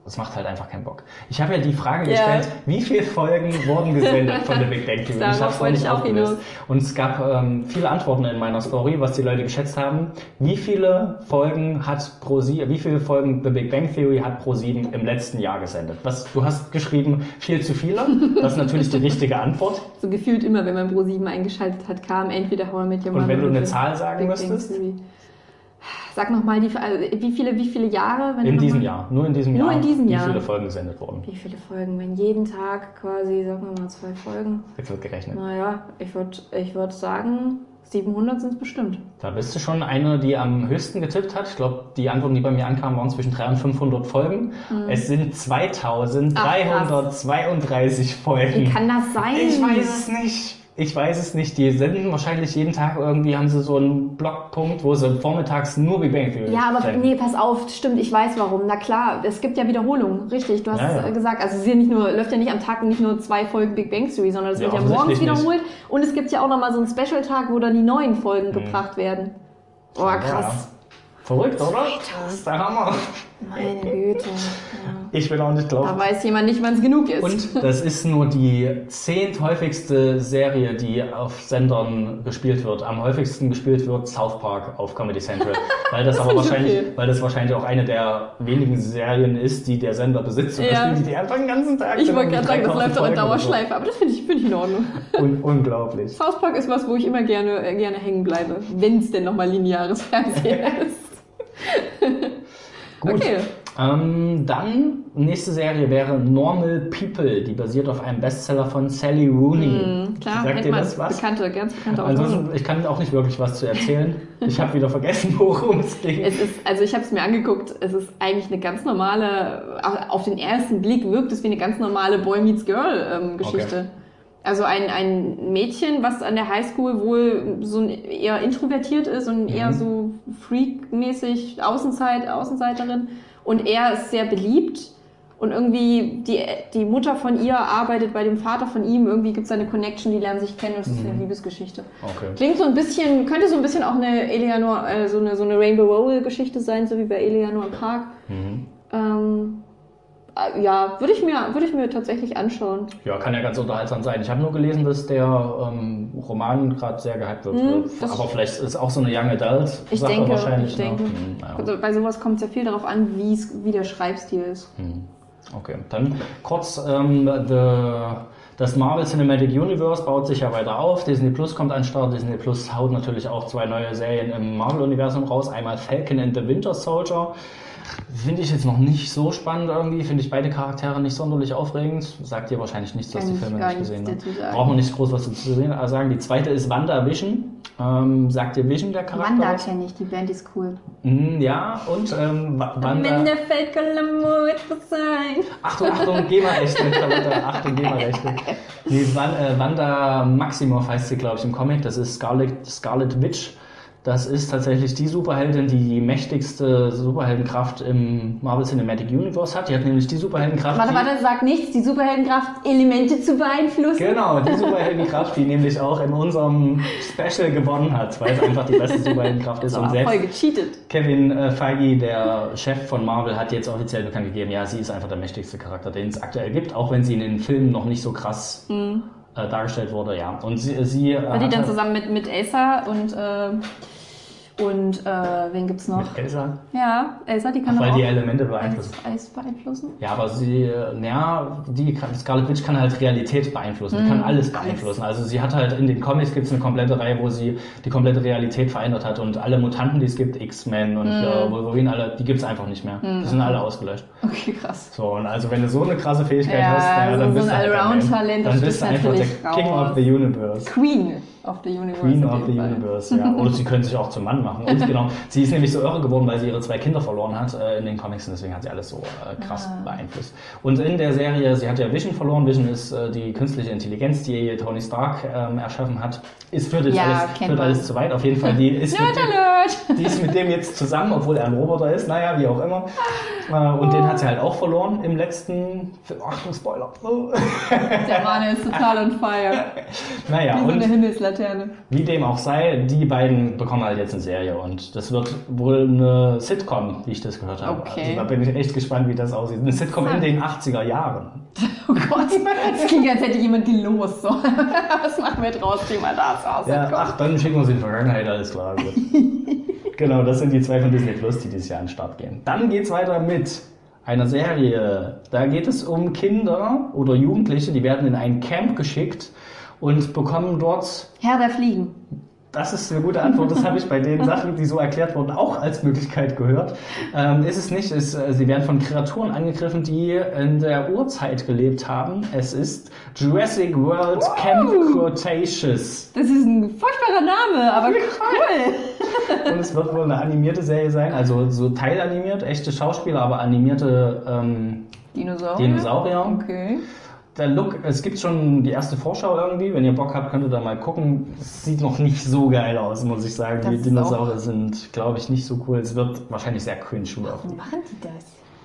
das macht halt einfach keinen Bock. Ich habe ja die Frage gestellt, yeah. wie viele Folgen wurden gesendet von The Big Bang Theory? Ich habe es noch nicht aufgelöst. Und es gab ähm, viele Antworten in meiner Story, was die Leute geschätzt haben. Wie viele Folgen hat ProSieben, wie viele Folgen The Big Bang Theory hat ProSieben im letzten Jahr gesendet? Was, du hast geschrieben, viel zu viele. Das ist natürlich die richtige Antwort. So gefühlt immer, wenn man ProSieben eingeschaltet hat, kam entweder How I Met Your Mother. Und wenn du eine Zahl sagen müsstest? Sag nochmal, also wie viele, wie viele Jahre? Wenn in diesem Jahr, nur in diesem Jahr. Nur in diesem wie Jahr. Wie viele Folgen gesendet wurden? Wie viele Folgen? Wenn jeden Tag quasi, sagen wir mal, zwei Folgen. Jetzt wird gerechnet. Naja, ich würde ich würd sagen, siebenhundert sind es bestimmt. Da bist du schon eine, die am höchsten getippt hat. Ich glaube, die Antworten, die bei mir ankamen, waren zwischen dreihundert und fünfhundert Folgen. Mhm. Es sind zweitausenddreihundertzweiunddreißig Folgen. Wie kann das sein? Ich weiß es nicht. Ich weiß es nicht. Die senden wahrscheinlich jeden Tag irgendwie, haben sie so einen Blockpunkt, wo sie vormittags nur Big Bang Theory Ja, aber senden. nee, pass auf, stimmt, ich weiß warum. Na klar, es gibt ja Wiederholungen, richtig. Du hast ja, ja. gesagt, also es ist ja nicht nur, läuft ja nicht am Tag nicht nur zwei Folgen Big Bang Theory, sondern es ja, wird ja morgens wiederholt. Nicht. Und es gibt ja auch nochmal so einen Special-Tag, wo dann die neuen Folgen hm. gebracht werden. Boah, krass. Ja. Verrückt, oder? Das ist der Hammer. Meine Güte. Ja. Ich will auch nicht glauben. Da weiß jemand nicht, wann es genug ist. Und das ist nur die zehnthäufigste Serie, die auf Sendern gespielt wird. Am häufigsten gespielt wird South Park auf Comedy Central. Weil das, das aber wahrscheinlich, okay. weil das wahrscheinlich auch eine der wenigen Serien ist, die der Sender besitzt. Und ja. da spielen die die einfach den ganzen Tag. Ich wollte gerade sagen, das läuft auch in Dauerschleife. Aber das finde ich, find ich in Ordnung. Un- unglaublich. South Park ist was, wo ich immer gerne, äh, gerne hängen bleibe. Wenn es denn nochmal lineares Fernsehen ist. Gut. Okay. Ähm, dann, nächste Serie wäre Normal People, die basiert auf einem Bestseller von Sally Rooney. Mm, klar, sagt dir das was? Bekannte, ganz bekannte Autorin. Ansonsten, ich kann auch nicht wirklich was zu erzählen. Ich habe wieder vergessen, worum es ging. Es ist, also ich habe es mir angeguckt, es ist eigentlich eine ganz normale, auf den ersten Blick wirkt es wie eine ganz normale Boy Meets Girl ähm, Geschichte. Okay. Also ein, ein Mädchen, was an der Highschool wohl so eher introvertiert ist und mhm. eher so freakmäßig Außenzeit, Außenseiterin. Und er ist sehr beliebt. Und irgendwie die, die Mutter von ihr arbeitet bei dem Vater von ihm. Irgendwie gibt es eine Connection, die lernen sich kennen. Und das ist eine mhm. Liebesgeschichte. Okay. Klingt so ein bisschen, könnte so ein bisschen auch eine Eleanor, äh, so eine, so eine Rainbow Rowell Geschichte sein, so wie bei Eleanor im Park. Mhm. Ähm, Ja, würde ich mir, würde ich mir tatsächlich anschauen. Ja, kann ja ganz unterhaltsam sein. Ich habe nur gelesen, dass der ähm, Roman gerade sehr gehypt wird. Mm, aber vielleicht ist es auch so eine Young Adult ich Sache denke, wahrscheinlich. Ich denke, ne? hm, ja. also bei sowas kommt es ja viel darauf an, wie der Schreibstil ist. Hm. Okay, dann kurz ähm, the, das Marvel Cinematic Universe baut sich ja weiter auf. Disney Plus kommt an den Start. Disney Plus haut natürlich auch zwei neue Serien im Marvel-Universum raus. Einmal Falcon and the Winter Soldier. Finde ich jetzt noch nicht so spannend irgendwie. Finde ich beide Charaktere nicht sonderlich aufregend. Sagt ihr wahrscheinlich nichts, dass die Filme nicht gesehen habt. Braucht man nicht groß was dazu sagen. Die zweite ist WandaVision. Ähm, sagt ihr Vision, der Charakter? Wanda kenne ich, die Band ist cool. Mm, ja, und ähm, Wanda... Am Ende fällt Columbo etwas ein. Achtung, Achtung, GEMA-Rechte. Achtung, GEMA-Rechte. Nee, Wanda Maximoff heißt sie, glaube ich, im Comic. Das ist Scarlet, Scarlet Witch. Das ist tatsächlich die Superheldin, die die mächtigste Superheldenkraft im Marvel Cinematic Universe hat. Die hat nämlich die Superheldenkraft... Warte, warte, sag nichts. Die Superheldenkraft, Elemente zu beeinflussen. Genau, die Superheldenkraft, die nämlich auch in unserem Special gewonnen hat, weil es einfach die beste Superheldenkraft ist. Und selbst voll gecheatet. Kevin äh, Feige, der Chef von Marvel, hat jetzt offiziell bekannt gegeben, ja, sie ist einfach der mächtigste Charakter, den es aktuell gibt, auch wenn sie in den Filmen noch nicht so krass... Mhm. dargestellt wurde, ja. Und sie, sie war die dann zusammen mit, mit Elsa und äh, und äh, wen gibt's noch? Mit Elsa? Ja, Elsa, die kann Ach, doch weil auch die Elemente beeinflussen. Eis, Eis beeinflussen? Ja, aber sie, ja, die kann, Scarlet Witch kann halt Realität beeinflussen, die mm, kann alles beeinflussen. Also sie hat halt in den Comics gibt's eine komplette Reihe, wo sie die komplette Realität verändert hat und alle Mutanten, die es gibt, X-Men und mm. äh, Wolverine, alle, die gibt's einfach nicht mehr. Mm. Die sind alle ausgelöscht. Okay, krass. So, und also wenn du so eine krasse Fähigkeit ja, hast, ja, so dann bist so du ein halt Allround-Talent, dann bist du einfach der raus. King of the Universe. Queen of the Universe. Queen of the Universe, ja. Oder sie können sich auch zum Mann machen. Und genau, sie ist nämlich so irre geworden, weil sie ihre zwei Kinder verloren hat äh, in den Comics und deswegen hat sie alles so äh, krass ah. beeinflusst. Und in der Serie, sie hat ja Vision verloren. Vision ist äh, die künstliche Intelligenz, die Tony Stark ähm, erschaffen hat. Ist führt jetzt ja, alles, führt alles zu weit. Auf jeden Fall, die ist, mit dem, die ist mit dem jetzt zusammen, obwohl er ein Roboter ist. Naja, wie auch immer. Äh, und oh. den hat sie halt auch verloren im letzten... Achtung, Spoiler. Der Mann ist total on fire. Naja, wie so und eine Himmelslaterne. Wie dem auch sei, die beiden bekommen halt jetzt eine Serie. Serie und das wird wohl eine Sitcom, wie ich das gehört habe. Okay. Also da bin ich echt gespannt, wie das aussieht. Eine Sitcom in den achtziger Jahren. Oh Gott, das klingt, als hätte jemand die los. So. Was machen wir draus, Thema das aus? Ja, ach, dann schicken wir uns in die Vergangenheit, alles klar. Gut. Genau, das sind die zwei von Disney Plus, die dieses Jahr an den Start gehen. Dann geht's weiter mit einer Serie. Da geht es um Kinder oder Jugendliche, die werden in ein Camp geschickt und bekommen dort... Herr der Fliegen. Das ist eine gute Antwort. Das habe ich bei den Sachen, die so erklärt wurden, auch als Möglichkeit gehört. Ähm, ist es nicht. Es, äh, sie werden von Kreaturen angegriffen, die in der Urzeit gelebt haben. Es ist Jurassic World wow. Camp Cretaceous. Das ist ein furchtbarer Name, aber cool. Und es wird wohl eine animierte Serie sein. Also so teilanimiert, echte Schauspieler, aber animierte ähm, Dinosaurier. Dinosaurier. Okay. Der Look, es gibt schon die erste Vorschau irgendwie. Wenn ihr Bock habt, könnt ihr da mal gucken. Es sieht noch nicht so geil aus, muss ich sagen. Das die Dinosaurier sind, glaube ich, nicht so cool. Es wird wahrscheinlich sehr cringe. Warum machen die das?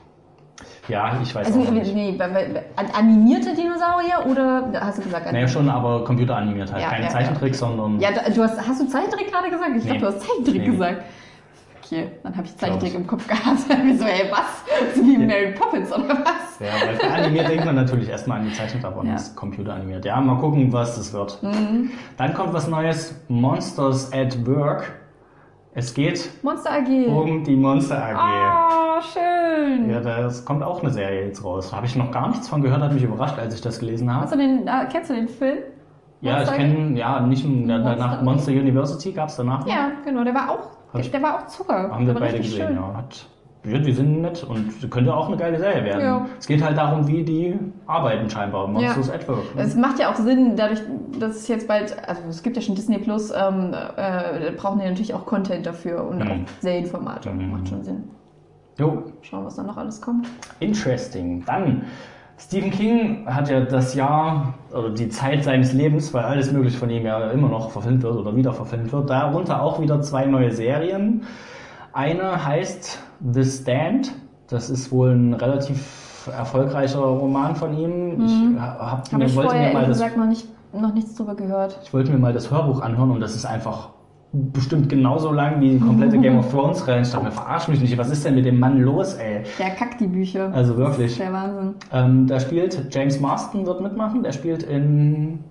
Ja, ich weiß also, auch nicht. Nee, animierte Dinosaurier oder hast du gesagt? Naja, schon, aber computeranimiert halt. Ja, Keine ja, Zeichentrick, ja. sondern... Ja, du hast, hast du Zeichentrick gerade gesagt? Ich nee. glaube, du hast Zeichentrick nee. gesagt. Okay, dann habe ich Zeichentrick im Kopf gehabt. Ich so, ey, was? So wie ja. Mary Poppins oder was? Ja, weil für animiert denkt man natürlich erstmal an gezeichnet, aber ja. das ist computeranimiert. Ja, mal gucken, was das wird. Mhm. Dann kommt was Neues, Monsters at Work. Es geht Monster A G. um die Monster A G. Ah, schön. Ja, das kommt auch eine Serie jetzt raus. Da habe ich noch gar nichts von gehört, hat mich überrascht, als ich das gelesen habe. Hast du den, äh, kennst du den Film? Ja, ich kenne, ja, nicht Monster danach Monster University gab es danach. Ja, genau, der war auch, der, der war auch Zucker. Haben wir beide gesehen, schön. ja. Hat, ja. Die sind nett und könnte auch eine geile Serie werden. Ja. Es geht halt darum, wie die arbeiten scheinbar. Monsters ja. at Work. Ne? Es macht ja auch Sinn, dadurch, dass es jetzt bald, also es gibt ja schon Disney Plus, ähm, äh, brauchen die natürlich auch Content dafür und mhm. auch Serienformate. Mhm. Macht schon Sinn. Jo. Schauen, was da noch alles kommt. Interesting. Dann Stephen King hat ja das Jahr oder die Zeit seines Lebens, weil alles mögliche von ihm ja immer noch verfilmt wird oder wieder verfilmt wird, darunter auch wieder zwei neue Serien. Eine heißt The Stand, das ist wohl ein relativ erfolgreicher Roman von ihm. Mhm. Ich hab, hab mir, ich wollte vorher mir mal das, gesagt noch, nicht, noch nichts drüber gehört. Ich wollte mir mal das Hörbuch anhören und das ist einfach bestimmt genauso lang wie die komplette Game of Thrones Reihe. Ich dachte mir, verarsch mich nicht, was ist denn mit dem Mann los, ey? Der kackt die Bücher. Also wirklich. Das ist der Wahnsinn. Ähm, da spielt James Marsden, wird mitmachen. Der spielt in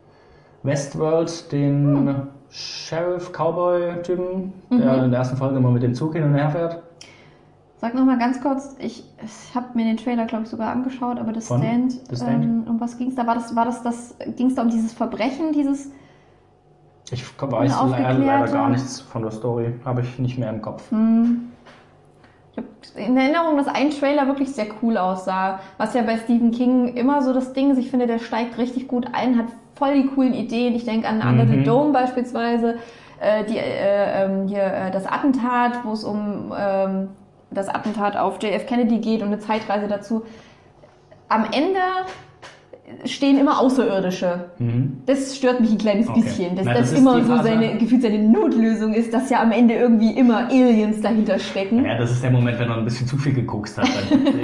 Westworld den hm. Sheriff-Cowboy-Typen, mhm. der in der ersten Folge immer mit dem Zug hin und her fährt. Sag noch mal ganz kurz, ich, ich habe mir den Trailer, glaube ich, sogar angeschaut, aber das Von? Stand, The Stand? Ähm, um was ging es da? War das, war das, das ging es da um dieses Verbrechen, dieses... Ich weiß leider, leider gar nichts von der Story, habe ich nicht mehr im Kopf. Hm. Ich habe in Erinnerung, dass ein Trailer wirklich sehr cool aussah, was ja bei Stephen King immer so das Ding ist. Ich finde, der steigt richtig gut ein, hat voll die coolen Ideen. Ich denke an Under Mhm. the Dome beispielsweise, äh, die, äh, äh, hier äh, das Attentat, wo es um ähm, das Attentat auf J F Kennedy geht und eine Zeitreise dazu. Am Ende stehen immer Außerirdische. Mhm. Das stört mich ein kleines okay. bisschen. Dass Na, das, das immer so seine, gefühlt seine Notlösung ist, dass ja am Ende irgendwie immer Aliens dahinter stecken. Ja, das ist der Moment, wenn er ein bisschen zu viel gekokst hat.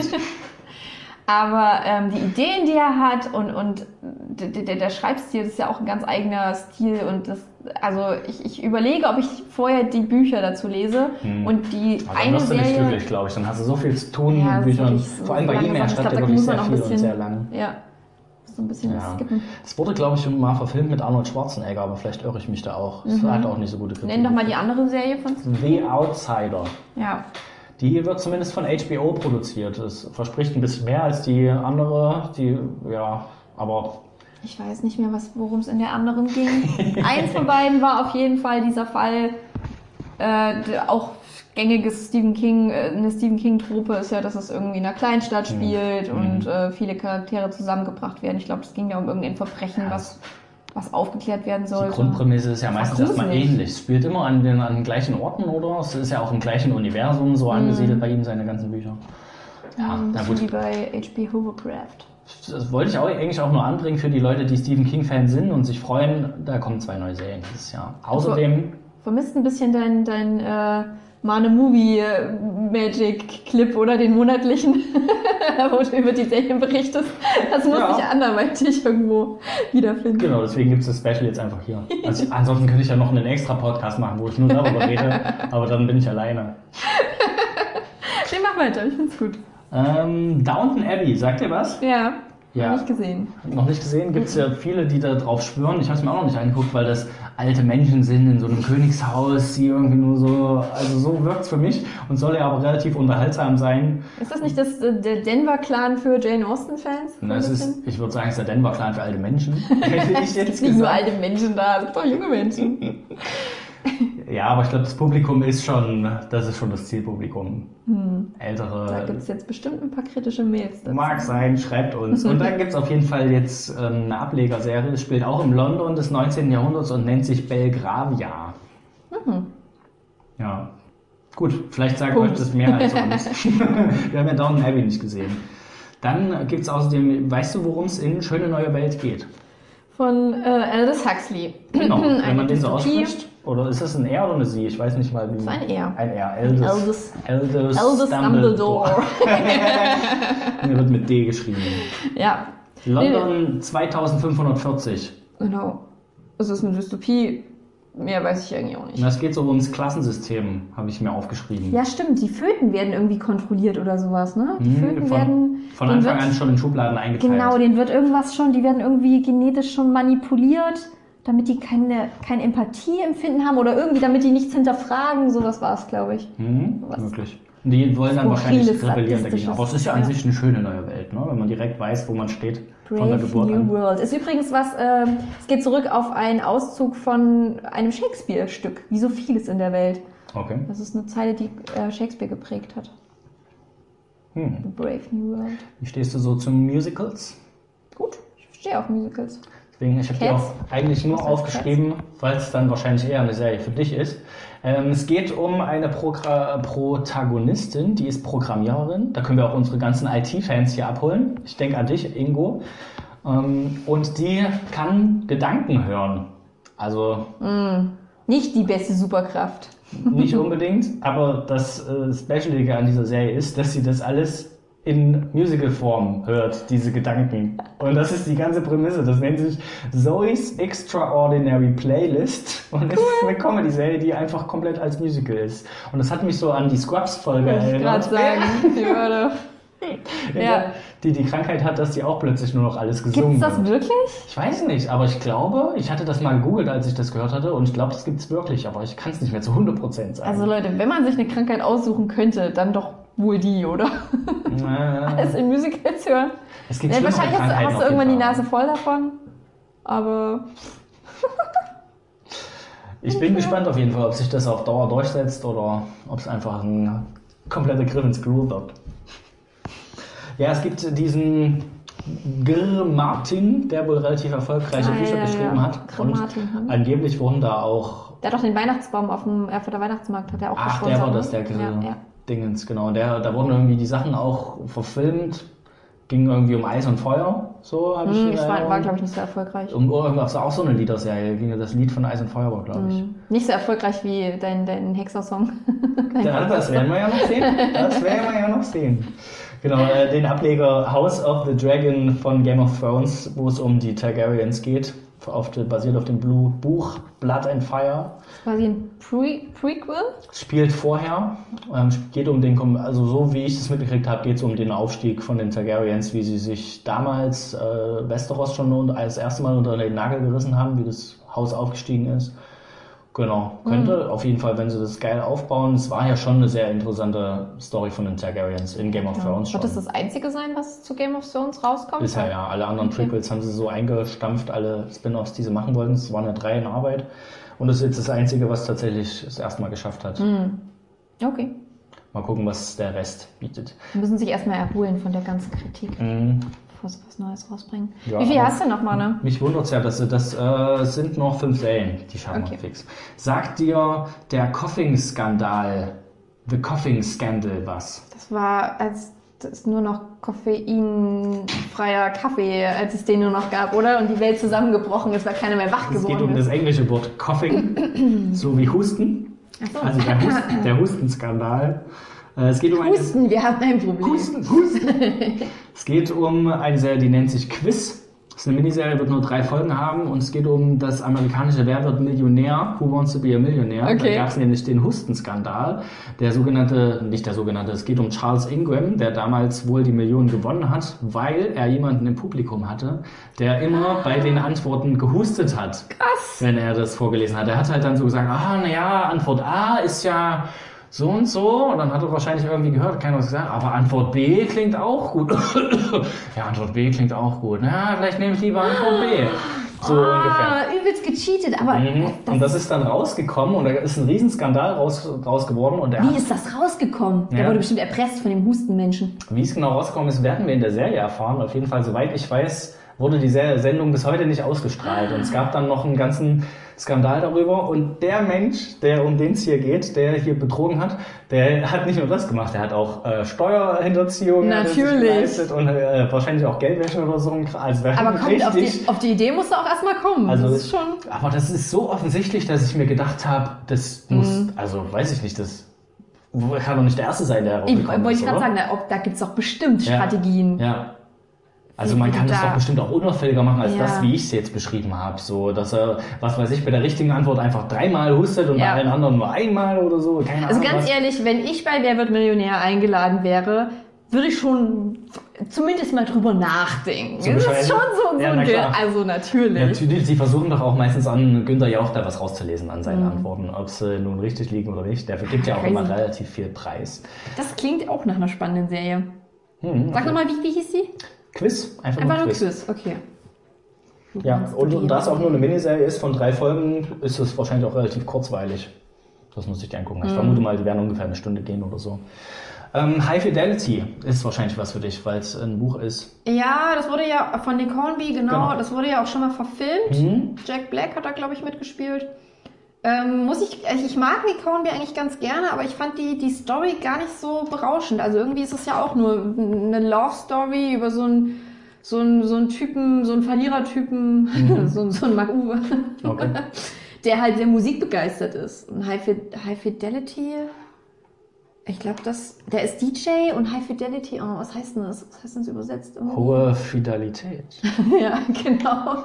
Aber ähm, die Ideen, die er hat und, und der, der, der Schreibstil, das ist ja auch ein ganz eigener Stil. Und das, also ich, ich überlege, ob ich vorher die Bücher dazu lese hm. und die aber eine dann wirst du Serie... nicht glücklich, glaube ich. Dann hast du so viel zu tun ja, mit Büchern. So vor allem bei ihm, er schreibt ja wirklich sehr viel bisschen, und sehr lang. Ja, so ein bisschen ja. skippen. Das wurde, glaube ich, mal verfilmt mit Arnold Schwarzenegger, aber vielleicht irre ich mich da auch. Das mhm. hat auch nicht so gute Kritik. Nenn doch mal die andere Serie von The Outsider. Ja. Die wird zumindest von H B O produziert. Das verspricht ein bisschen mehr als die andere. Die, ja, aber... Ich weiß nicht mehr, worum es in der anderen ging. Eins von beiden war auf jeden Fall dieser Fall, äh, auch gängiges Stephen King, eine Stephen King-Trope ist ja, dass es irgendwie in einer Kleinstadt spielt mhm. und äh, viele Charaktere zusammengebracht werden. Ich glaube, es ging ja um irgendein Verbrechen, ja. was... was aufgeklärt werden soll. Die Grundprämisse ist ja meistens erstmal ähnlich. Es spielt immer an den, an den gleichen Orten, oder? Es ist ja auch im gleichen Universum so angesiedelt mm. bei ihm, seine ganzen Bücher. Ja, mm, na gut. Wie bei H P Hovercraft. Das wollte ich auch eigentlich auch nur anbringen für die Leute, die Stephen King-Fans sind und sich freuen. Da kommen zwei neue Serien dieses Jahr. Außerdem... Du vermisst ein bisschen dein, dein äh, Mane Movie Magic Clip, oder? Den monatlichen. wo du über die Serien berichtest. Das muss Ja. ich anderweitig irgendwo wiederfinden. Genau, deswegen gibt es das Special jetzt einfach hier. Also, ansonsten könnte ich ja noch einen extra Podcast machen, wo ich nur darüber rede, aber dann bin ich alleine. Nee, mach weiter, ich find's gut. Ähm, Downton Abbey, sagt ihr was? Ja, Ja. hab ich gesehen. Noch nicht gesehen, gibt es ja viele, die da drauf schwören. Ich habe es mir auch noch nicht angeguckt, weil das alte Menschen sind in so einem Königshaus, die irgendwie nur so, also so wirkt es für mich und soll ja aber relativ unterhaltsam sein. Ist das nicht das, äh, der Denver-Clan für Jane Austen-Fans? Und das ist, ich würde sagen, es ist der Denver-Clan für alte Menschen. Hätte ich Es jetzt gibt nicht nur gesagt. alte Menschen da, es gibt auch junge Menschen. Ja, aber ich glaube, das Publikum ist schon, das ist schon das Zielpublikum. Hm. Da Ältere. gibt es jetzt bestimmt ein paar kritische Mails dazu. Mag sein, schreibt uns. Und dann gibt es auf jeden Fall jetzt ähm, eine Ablegerserie, das spielt auch im London des neunzehnten Jahrhunderts und nennt sich Belgravia. Mhm. Ja. Gut, vielleicht sagt Punkt. euch das mehr als uns. Wir haben ja Downton Abbey nicht gesehen. Dann gibt es außerdem, weißt du, worum es in Schöne neue Welt geht? Von äh, Aldous Huxley. Genau, wenn Eine man den so Dystopie. ausspricht. Oder ist das ein Er oder eine Sie? Ich weiß nicht mal, wie. Das ist ein Er. Ein Er. Aldous. Aldous. Aldous, Aldous Dumbledore. Der wird mit D geschrieben. Ja, London zweitausendfünfhundertvierzig. genau. Es ist eine Dystopie. Mehr weiß ich eigentlich auch Und nicht. das geht so ums Klassensystem, habe ich mir aufgeschrieben. Ja, stimmt. Die Föten werden irgendwie kontrolliert oder sowas, ne? Die Hm, Föten von, werden... von denen Anfang wird- an schon in Schubladen eingeteilt. Genau, denen wird irgendwas schon... Die werden irgendwie genetisch schon manipuliert, damit die keine, kein Empathieempfinden haben oder irgendwie, damit die nichts hinterfragen. Sowas war es, glaube ich. Hm, Was? möglich. Und die wollen dann wahrscheinlich Skurriles, rebellieren dagegen. Sadistisches. Aber es ist ja an Ja. sich eine schöne neue Welt, ne? Wenn man direkt weiß, wo man steht von der Brave Geburt New an. World. Ist übrigens was, ähm, es geht zurück auf einen Auszug von einem Shakespeare-Stück, wie so vieles in der Welt. Okay. Das ist eine Zeile, die äh, Shakespeare geprägt hat. Hm. The Brave New World. Wie stehst du so zu Musicals? Gut, ich stehe auf Musicals. Deswegen, ich habe dir Cats? auch eigentlich nur Was heißt aufgeschrieben, weil es dann wahrscheinlich eher eine Serie für dich ist. Ähm, es geht um eine Progra Protagonistin, die ist Programmiererin. Da können wir auch unsere ganzen I T-Fans hier abholen. Ich denke an dich, Ingo. Ähm, und die kann Gedanken hören. Also Mm, nicht die beste Superkraft. nicht unbedingt, aber das äh, Specialige an dieser Serie ist, dass sie das alles in Musical-Form hört, diese Gedanken. Und das ist die ganze Prämisse. Das nennt sich Zoe's Extraordinary Playlist. Und es ist eine Comedy-Serie, die einfach komplett als Musical ist. Und das hat mich so an die Scrubs-Folge Wollte ich gerade erinnert. sagen. Die Würde. Ja. Die die Krankheit hat, dass die auch plötzlich nur noch alles gesungen Gibt's das wird. wirklich? Ich weiß nicht, aber ich glaube, ich hatte das mal gegoogelt, als ich das gehört hatte. Und ich glaube, das gibt es wirklich. Aber ich kann es nicht mehr zu hundert Prozent sagen. Also Leute, wenn man sich eine Krankheit aussuchen könnte, dann doch wohl die, oder? Äh, Alles in Musicals hören. es gibt Ja, schlimmere wahrscheinlich hast du, Krankheiten hast du auf jeden irgendwann die Fall. Nase voll davon. Aber Ich bin gespannt auf jeden Fall, ob sich das auf Dauer durchsetzt oder ob es einfach ein kompletter Griff ins Klo wird. Ja, es gibt diesen Gr Martin, der wohl relativ erfolgreiche Ah, Bücher ja, geschrieben ja. hat. Gr. Und Martin, hm. angeblich wurden da auch... der hat doch den Weihnachtsbaum auf dem Erfurter Weihnachtsmarkt, hat er auch Ach, gesponsert, der war ne? das, der Grill. Ja, ja. Dingens, genau. Der, da wurden irgendwie die Sachen auch verfilmt. Ging irgendwie um Eis und Feuer, so habe ich Hm, in das war, Erinnerung. war glaube ich, nicht so erfolgreich. Um irgendwas auch so eine Liederserie, ging ja das Lied von Eis und Feuer war, glaube ich. Hm. Nicht so erfolgreich wie dein, dein Hexer-Song. Ja, das werden wir ja noch sehen. Das werden wir ja noch sehen. Genau, äh, den Ableger House of the Dragon von Game of Thrones, wo es um die Targaryens geht, auf de, basiert auf dem Blue Buch Blood and Fire. Das ist quasi ein Pre Prequel. Spielt vorher, ähm, geht um den, also so wie ich es mitgekriegt habe, geht es um den Aufstieg von den Targaryens, wie sie sich damals äh, Westeros schon als erste Mal unter den Nagel gerissen haben, wie das Haus aufgestiegen ist. Genau, könnte Mhm. auf jeden Fall, wenn sie das geil aufbauen. Es war ja schon eine sehr interessante Story von den Targaryens in Game of Ja. Thrones schon. Wird das das einzige sein, was zu Game of Thrones rauskommt? Bisher ja. Alle anderen Okay. Prequels haben sie so eingestampft, alle Spin-Offs, die sie machen wollten. Es waren ja drei in Arbeit. Und das ist jetzt das Einzige, was tatsächlich das erste Mal geschafft hat. Hm. Okay. Mal gucken, was der Rest bietet. Die müssen sich erstmal erholen von der ganzen Kritik, Mhm. bevor sie was Neues rausbringen. Ja, Wie viel aber- hast du noch mal, ne? Mich wundert es ja, dass sie das äh, sind noch fünf Serien, die schaffen wir Okay. fix. Sagt dir der Coughing-Skandal, The Coughing-Scandal was? Das war, als es nur noch koffeinfreier Kaffee, als es den nur noch gab, oder? Und die Welt zusammengebrochen ist, weil keiner mehr wach Es geht geworden um das ist. englische Wort Coughing, so wie Husten. Ach so. Also der, Hust, der Hustenskandal. Äh, es geht um Husten, eine, wir haben ein Problem. Husten, Husten. Es geht um eine Serie, die nennt sich Quiz. Das ist eine Miniserie, wird nur drei Folgen haben und es geht um das amerikanische Wer wird Millionär, Who Wants to be a Millionaire. Okay. Da gab es nämlich den Hustenskandal, der sogenannte, nicht der sogenannte, es geht um Charles Ingram, der damals wohl die Million gewonnen hat, weil er jemanden im Publikum hatte, der immer bei den Antworten gehustet hat. Krass. Wenn er das vorgelesen hat. Er hat halt dann so gesagt, ah, naja, Antwort A ist ja so und so, und dann hat er wahrscheinlich irgendwie gehört, keiner was gesagt, aber Antwort B klingt auch gut. Ja, Antwort B klingt auch gut. Na, vielleicht nehme ich lieber Antwort B. So ah, ungefähr. Übelst gecheatet, aber... Mhm. Das und das ist dann rausgekommen und da ist ein Riesenskandal raus, raus geworden. Und er wie hat, ist das rausgekommen? Der Ja. wurde bestimmt erpresst von dem Hustenmenschen. wie es genau rausgekommen ist, werden wir in der Serie erfahren. Auf jeden Fall, soweit ich weiß, wurde die Sendung bis heute nicht ausgestrahlt. Und es gab dann noch einen ganzen Skandal darüber. Und der Mensch, der um den es hier geht, der hier betrogen hat, der hat nicht nur das gemacht, der hat auch äh, Steuerhinterziehung Natürlich. geleistet und äh, wahrscheinlich auch Geldwäsche oder so. Also, Aber kommt, richtig, auf die, auf die Idee musst du auch erstmal kommen. also, das ist schon... aber das ist so offensichtlich, dass ich mir gedacht habe, das muss, also weiß ich nicht, das kann doch nicht der Erste sein, der Ich rausgekommen wollte ist, ich gerade oder? sagen, da, ob, da gibt es doch bestimmt Ja. Strategien. Ja. Also Wie man du kann das da- doch bestimmt auch unauffälliger machen als Ja. das, wie ich es jetzt beschrieben habe. So, dass er, was weiß ich, bei der richtigen Antwort einfach dreimal hustet und Ja. bei allen anderen nur einmal oder so. Keine Also Ahnung. ganz was. ehrlich, wenn ich bei Wer wird Millionär eingeladen wäre, würde ich schon zumindest mal drüber nachdenken. So das ist bescheiden? schon so, so Ja, na ein klar. Also natürlich. Natürlich, sie versuchen doch auch meistens an Günther Jauch da was rauszulesen an Mhm. seinen Antworten, ob sie nun richtig liegen oder nicht. Der vergibt ja auch Crazy. immer relativ viel Preis. Das klingt auch nach einer spannenden Serie. Hm, Sag nochmal, wie, wie hieß sie? Quiz, einfach, Einfach nur nur Quiz. Quiz, okay. Ja, und, und da es auch nur eine Miniserie ist von drei Folgen, ist es wahrscheinlich auch relativ kurzweilig. Das muss ich dir angucken. Ich vermute mal, die werden ungefähr eine Stunde gehen oder so. Ähm, High Fidelity ist wahrscheinlich was für dich, weil es ein Buch ist. Ja, das wurde ja von Nick Hornby, genau, Genau. das wurde ja auch schon mal verfilmt. Mhm. Jack Black hat da, glaube ich, mitgespielt. Ähm, muss ich, also ich mag Nick Hornby eigentlich ganz gerne, aber ich fand die, die Story gar nicht so berauschend. Also irgendwie ist es ja auch nur eine Love Story über so einen, so einen, so einen Typen, so einen Verlierertypen, Mhm. so, so einen Mark Uwe, Okay. der halt sehr musikbegeistert ist. Und High, Fi- High Fidelity, ich glaube, das, der ist D J und High Fidelity, oh, was heißt denn das? Was heißt denn das übersetzt? Irgendwie? Hohe Fidelität. Ja, genau.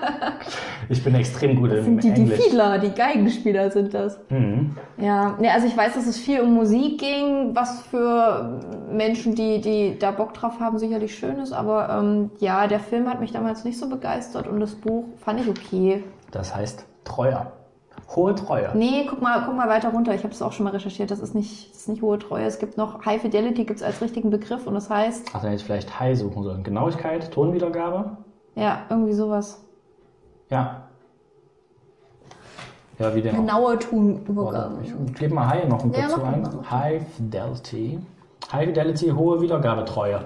Ich bin extrem gut Das im sind die, die Englisch. Fiedler, die Geigenspieler sind das. Mhm. Ja, ne, also ich weiß, dass es viel um Musik ging, was für Menschen, die, die da Bock drauf haben, sicherlich schön ist. Aber ähm, ja, der Film hat mich damals nicht so begeistert und das Buch fand ich okay. Das heißt Treuer. Hohe Treue. Nee, guck mal, guck mal weiter runter. Ich habe es auch schon mal recherchiert. Das ist nicht, das ist nicht hohe Treue. Es gibt noch High Fidelity, gibt es als richtigen Begriff und das heißt, Ach, dann hätte ich vielleicht High suchen sollen. Genauigkeit, Tonwiedergabe. ja, irgendwie sowas. Ja. Ja, wie denn auch. Genaue Tonübergabe. Ich gebe mal High noch ein Ja, dazu mach ein. mal. High Fidelity. High Fidelity, hohe Wiedergabetreue.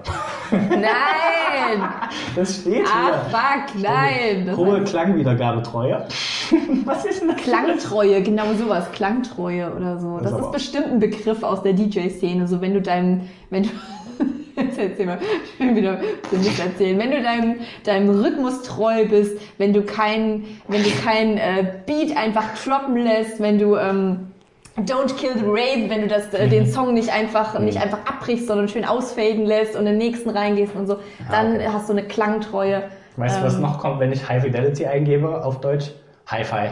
Nein! Das steht Ah, hier. fuck, nein! Das Hohe Klangwiedergabetreue. Was ist denn das? Klangtreue, genau sowas, Klangtreue oder so. Das Das ist ist aber- bestimmt ein Begriff aus der D J-Szene. So wenn du deinem, wenn du, jetzt erzähl mal, schön wieder für mich erzählen. Wenn du deinem, deinem Rhythmus treu bist, wenn du kein, wenn du kein äh, Beat einfach droppen lässt, wenn du ähm, Don't Kill the Rave, wenn du das, äh, den Song nicht einfach, nicht einfach abbrichst, sondern schön ausfaden lässt und in den nächsten reingehst und so, dann okay. hast du eine Klangtreue. Weißt du, was Ähm. noch kommt, wenn ich High Fidelity eingebe auf Deutsch? Hi-Fi.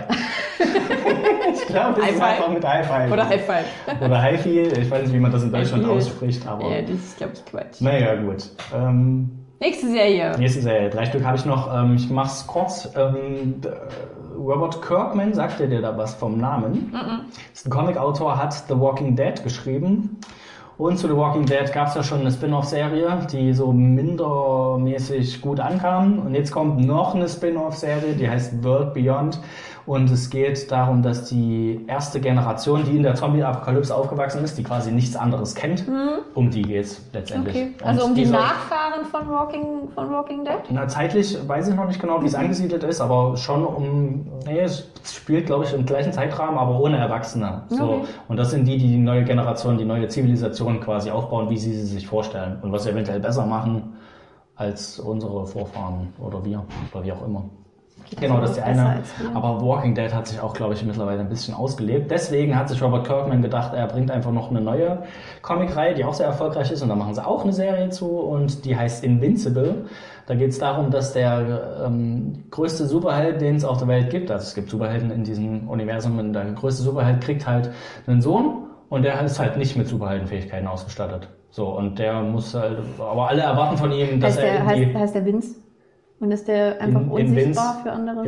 ich glaube, das ist Hi-Fi? einfach mit Hi-Fi. Oder High Five. Oder Hi-Fi. Ich weiß nicht, wie man das in Deutschland Hi-Fi. ausspricht, aber Ja, das ist, glaube ich, Quatsch. naja, gut. Ähm, Nächste Serie. nächste Serie. Drei Stück habe ich noch. Ähm, ich mach's kurz. Ähm, d- Robert Kirkman, sagt dir da was vom Namen? Ist ein Comic-Autor, hat The Walking Dead geschrieben. Und zu The Walking Dead gab es ja schon eine Spin-off-Serie, die so mindermäßig gut ankam. Und jetzt kommt noch eine Spin-off-Serie, die heißt World Beyond. Und es geht darum, dass die erste Generation, die in der Zombie-Apokalypse aufgewachsen ist, die quasi nichts anderes kennt, um die geht's letztendlich. Okay. Und Also um die dieser- Nachfahren von Walking, von Walking Dead? Na, zeitlich weiß ich noch nicht genau, wie es angesiedelt ist, aber schon um, nee, es spielt, glaube ich, im gleichen Zeitrahmen, aber ohne Erwachsene. So. Okay. Und das sind die, die die neue Generation, die neue Zivilisation quasi aufbauen, wie sie sie sich vorstellen und was sie eventuell besser machen als unsere Vorfahren oder wir oder wie auch immer. Genau, das ist der eine. Aber Walking Dead hat sich auch, glaube ich, mittlerweile ein bisschen ausgelebt. Deswegen hat sich Robert Kirkman gedacht, er bringt einfach noch eine neue Comicreihe, die auch sehr erfolgreich ist. Und da machen sie auch eine Serie zu und die heißt Invincible. Da geht es darum, dass der ähm, größte Superheld, den es auf der Welt gibt, also es gibt Superhelden in diesem Universum, und der größte Superheld kriegt halt einen Sohn und der ist halt nicht mit Superheldenfähigkeiten ausgestattet. So, und der muss halt, aber alle erwarten von ihm, dass heißt der, er irgendwie... Heißt, heißt der Vince? Und ist der einfach in, unsichtbar in Vince, für andere?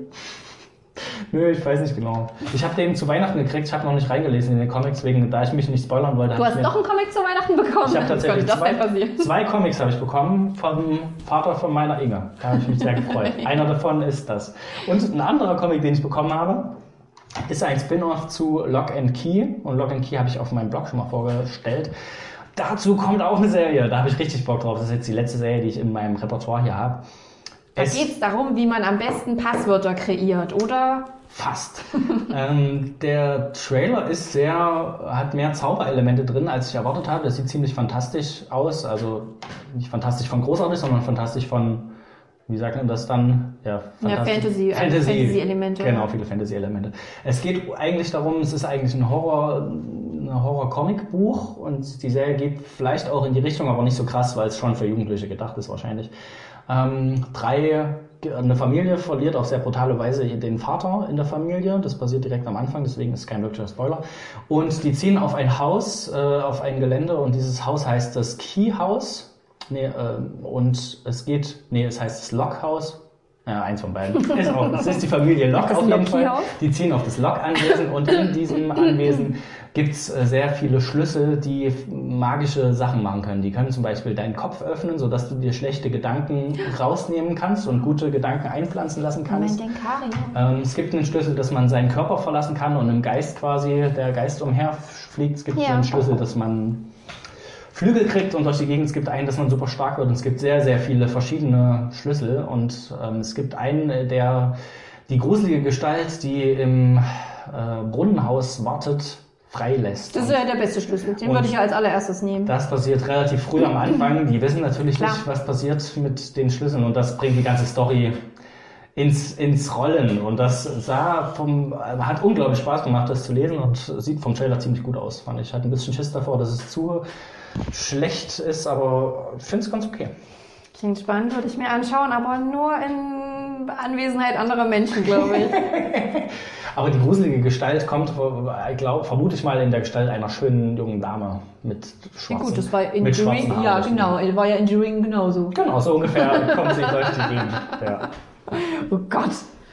Nö, ich weiß nicht genau. Ich habe den zu Weihnachten gekriegt, ich habe noch nicht reingelesen in den Comics, wegen, da ich mich nicht spoilern wollte. Du hast doch einen Comic zu Weihnachten bekommen? Ich habe tatsächlich das zwei, passieren? zwei Comics habe ich bekommen vom Vater von meiner Inge. Da habe ich mich sehr gefreut. Einer davon ist das. Und ein anderer Comic, den ich bekommen habe, ist ein Spin-off zu Lock and Key. Und Lock and Key habe ich auf meinem Blog schon mal vorgestellt. Dazu kommt auch eine Serie, da habe ich richtig Bock drauf. Das ist jetzt die letzte Serie, die ich in meinem Repertoire hier habe. Da geht es darum, wie man am besten Passwörter kreiert, oder? Fast. ähm, der Trailer ist sehr, hat mehr Zauberelemente drin, als ich erwartet habe. Das sieht ziemlich fantastisch aus. Also nicht fantastisch von großartig, sondern fantastisch von, wie sagt man das dann? Ja, ja Fantasy, Fantasy. Fantasy-Elemente. Genau, viele Fantasy-Elemente. Es geht eigentlich darum, es ist eigentlich ein Horror, ein Horror-Comic-Buch und die Serie geht vielleicht auch in die Richtung, aber nicht so krass, weil es schon für Jugendliche gedacht ist wahrscheinlich. Ähm, drei, eine Familie verliert auf sehr brutale Weise den Vater in der Familie. Das passiert direkt am Anfang, deswegen ist es kein wirklicher Spoiler. Und die ziehen auf ein Haus, äh, auf ein Gelände und dieses Haus heißt das Key House. Nee, äh, und es geht, nee, es heißt das Lock House. Ja, eins von beiden. Ist auch, das ist die Familie Lock auf jeden Fall. Die ziehen auf das Lock-Anwesen und in diesem Anwesen gibt's sehr viele Schlüssel, die magische Sachen machen können. Die können zum Beispiel deinen Kopf öffnen, sodass du dir schlechte Gedanken rausnehmen kannst und gute Gedanken einpflanzen lassen kannst. Ähm, es gibt einen Schlüssel, dass man seinen Körper verlassen kann und im Geist quasi, der Geist umherfliegt. Es gibt ja. einen Schlüssel, dass man Flügel kriegt und durch die Gegend. Es gibt einen, dass man super stark wird und es gibt sehr, sehr viele verschiedene Schlüssel und ähm, es gibt einen, der die gruselige Gestalt, die im äh, Brunnenhaus wartet, freilässt. Das ist ja der beste Schlüssel, den würde ich als allererstes nehmen. Das passiert relativ früh am Anfang. Die wissen natürlich Klar. nicht, was passiert mit den Schlüsseln und das bringt die ganze Story ins, ins Rollen und das sah vom, hat unglaublich Spaß gemacht, das zu lesen und sieht vom Trailer ziemlich gut aus, fand ich. Ich hatte ein bisschen Schiss davor, dass es zu schlecht ist, aber ich finde es ganz okay. Klingt spannend, würde ich mir anschauen, aber nur in Anwesenheit anderer Menschen, glaube ich. Aber die gruselige Gestalt kommt, ich glaube, vermute ich mal, in der Gestalt einer schönen jungen Dame mit schwarzen ja gut, das war in The Ring, ja genau, war ja in The Ring genauso. Genau, so ungefähr kommt sie durch die Gegend. Ja. Oh Gott.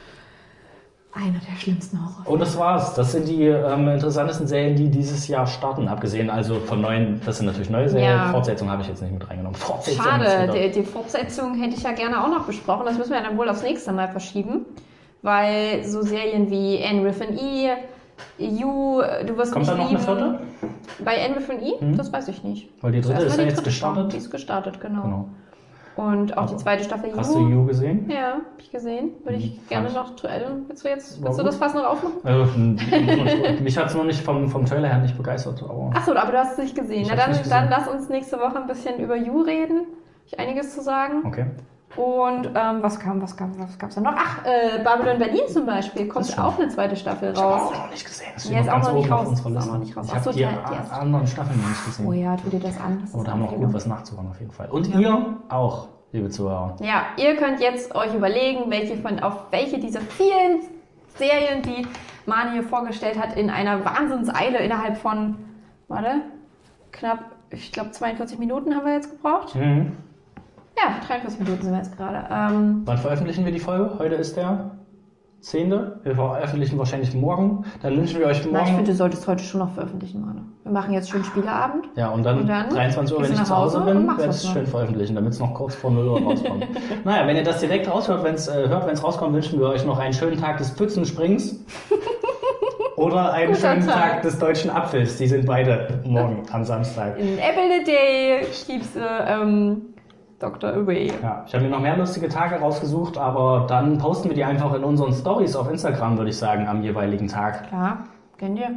Einer der schlimmsten Horror. Und das war's. Das sind die ähm, interessantesten Serien, die dieses Jahr starten. Abgesehen also von neuen, das sind natürlich neue Serien. Ja. Fortsetzung habe ich jetzt nicht mit reingenommen. Fortsetzung Schade, die, die Fortsetzung hätte ich ja gerne auch noch besprochen. Das müssen wir dann wohl aufs nächste Mal verschieben. Weil so Serien wie Anne with an E, You, du wirst Kommt mich da noch lieben. eine vierte? Bei Anne with an E? Hm? Das weiß ich nicht. Weil die dritte ist ja jetzt gestartet. Die ist gestartet, genau. genau. Und auch Aber die zweite Staffel You. Hast du You gesehen? Ja, hab ich gesehen. Würde ich hm, gerne noch aktuell. Willst du jetzt, willst du das Fass noch aufmachen? Also, mich hat es noch nicht vom, vom Trailer her nicht begeistert. Achso, aber du hast es nicht gesehen. Na, dann, nicht gesehen. Dann lass uns nächste Woche ein bisschen über You reden. Habe ich einiges zu sagen. Okay. Und ähm, was kam, was kam, was gab's da noch? Ach, äh, Babylon Berlin zum Beispiel, kommt auch eine zweite Staffel raus. Ich habe auch noch nicht gesehen. Das ja, ist auch noch nicht raus. Ist auch noch nicht raus. Ich habe die, die anderen Staffeln noch nicht gesehen. Oh ja, tu dir das an. Das oh, da haben wir auch gut was nachzuholen auf jeden Fall. Und ja. ihr auch, liebe Zuhörer. Ja, ihr könnt jetzt euch überlegen, welche von, auf welche dieser vielen Serien, die Mani hier vorgestellt hat, in einer Wahnsinnseile innerhalb von, warte, knapp, ich glaube zweiundvierzig Minuten haben wir jetzt gebraucht. Mhm. Ja, dreiundvierzig Minuten sind wir jetzt gerade. Ähm, Wann veröffentlichen wir die Folge? Heute ist der zehnte. Wir veröffentlichen wahrscheinlich morgen. Dann wünschen wir euch morgen... Na, ich finde, du solltest heute schon noch veröffentlichen, Mann. Wir machen jetzt schön Spieleabend. Ja, und dann, und dann dreiundzwanzig Uhr, wenn ich zu Hause bin, werde ich es schön veröffentlichen, damit es noch kurz vor null Uhr rauskommt. Naja, wenn ihr das direkt raushört, wenn es äh, hört, wenn es rauskommt, wünschen wir euch noch einen schönen Tag des Pfützensprings. Oder einen Guter schönen Tag. Tag des deutschen Apfels. Die sind beide morgen am Samstag. In Apple the Day schiebst du... Ähm, Doktor Away. Ja, ich habe mir noch mehr lustige Tage rausgesucht, aber dann posten wir die einfach in unseren Stories auf Instagram, würde ich sagen, am jeweiligen Tag. Klar, kennt ihr.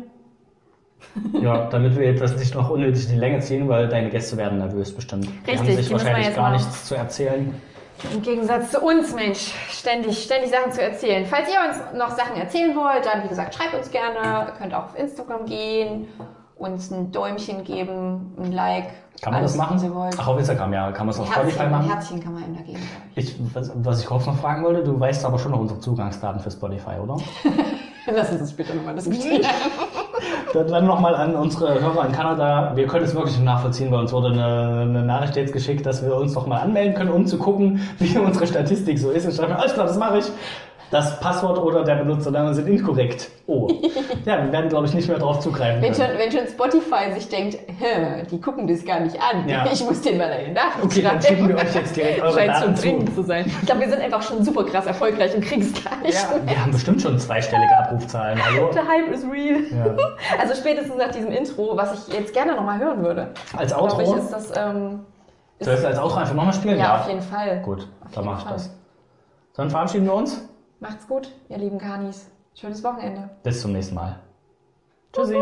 Ja, damit wir jetzt das nicht noch unnötig in die Länge ziehen, weil deine Gäste werden nervös bestimmt. Richtig, die haben sich die wahrscheinlich gar machen. nichts zu erzählen. Im Gegensatz zu uns, Mensch, ständig, ständig Sachen zu erzählen. Falls ihr uns noch Sachen erzählen wollt, dann wie gesagt, schreibt uns gerne. Ihr könnt auch auf Instagram gehen, uns ein Däumchen geben, ein Like. Kann man das machen? Was ihr wollt. Ach, auf Instagram, ja. Kann man es auf Spotify machen? Ein Herzchen kann man ihm dagegen. Ich, was, was ich kurz noch fragen wollte, du weißt aber schon noch unsere Zugangsdaten für Spotify, oder? Lass uns das später nochmal diskutieren. Dann, dann nochmal an unsere Hörer in Kanada. Wir können es wirklich nicht nachvollziehen, weil uns wurde eine, eine Nachricht jetzt geschickt, dass wir uns doch mal anmelden können, um zu gucken, wie unsere Statistik so ist. Und ich dachte mir, alles klar, das mache ich. Das Passwort oder der Benutzername sind inkorrekt. Oh. Ja, wir werden, glaube ich, nicht mehr darauf zugreifen wenn können. schon, wenn schon Spotify sich denkt, die gucken das gar nicht an, ja. Ich muss denen mal eine Nachricht Okay, dann schicken wir euch jetzt direkt eure Scheint Daten schon dringend zu sein. Ich glaube, wir sind einfach schon super krass erfolgreich und kriegen es gar nicht ja, mehr. Wir haben bestimmt schon zweistellige Abrufzahlen. Hallo? Der Hype is real. Ja. Also spätestens nach diesem Intro, was ich jetzt gerne nochmal hören würde. Als Outro? Glaube ich, ist das... Ähm, ist Soll ich als Outro einfach nochmal spielen? Ja, Ja, auf jeden Fall. Gut, auf dann mache ich Fall. das. Dann verabschieden wir uns. Macht's gut, ihr lieben Kanis. Schönes Wochenende. Bis zum nächsten Mal. Tschüssi.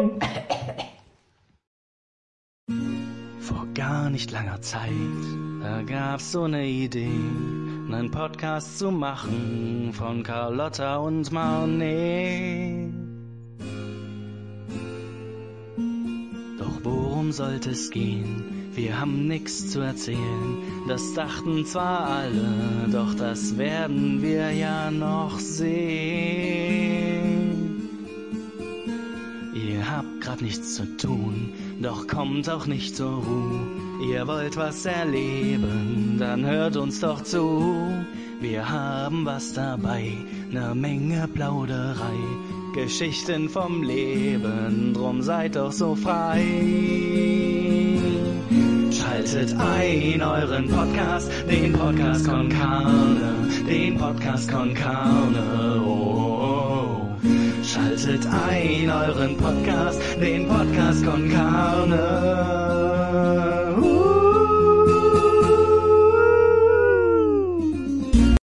Vor gar nicht langer Zeit, da gab's so eine Idee, einen Podcast zu machen von Carlotta und Marnie. Doch worum sollte es gehen? Wir haben nix zu erzählen, das dachten zwar alle, doch das werden wir ja noch sehen. Ihr habt grad nichts zu tun, doch kommt auch nicht zur Ruhe. Ihr wollt was erleben, dann hört uns doch zu. Wir haben was dabei, ne Menge Plauderei, Geschichten vom Leben, drum seid doch so frei. Schaltet ein euren Podcast, den Podcast con Carne, den Podcast con Carne, oh, oh, oh. Schaltet ein euren Podcast, den Podcast con Carne.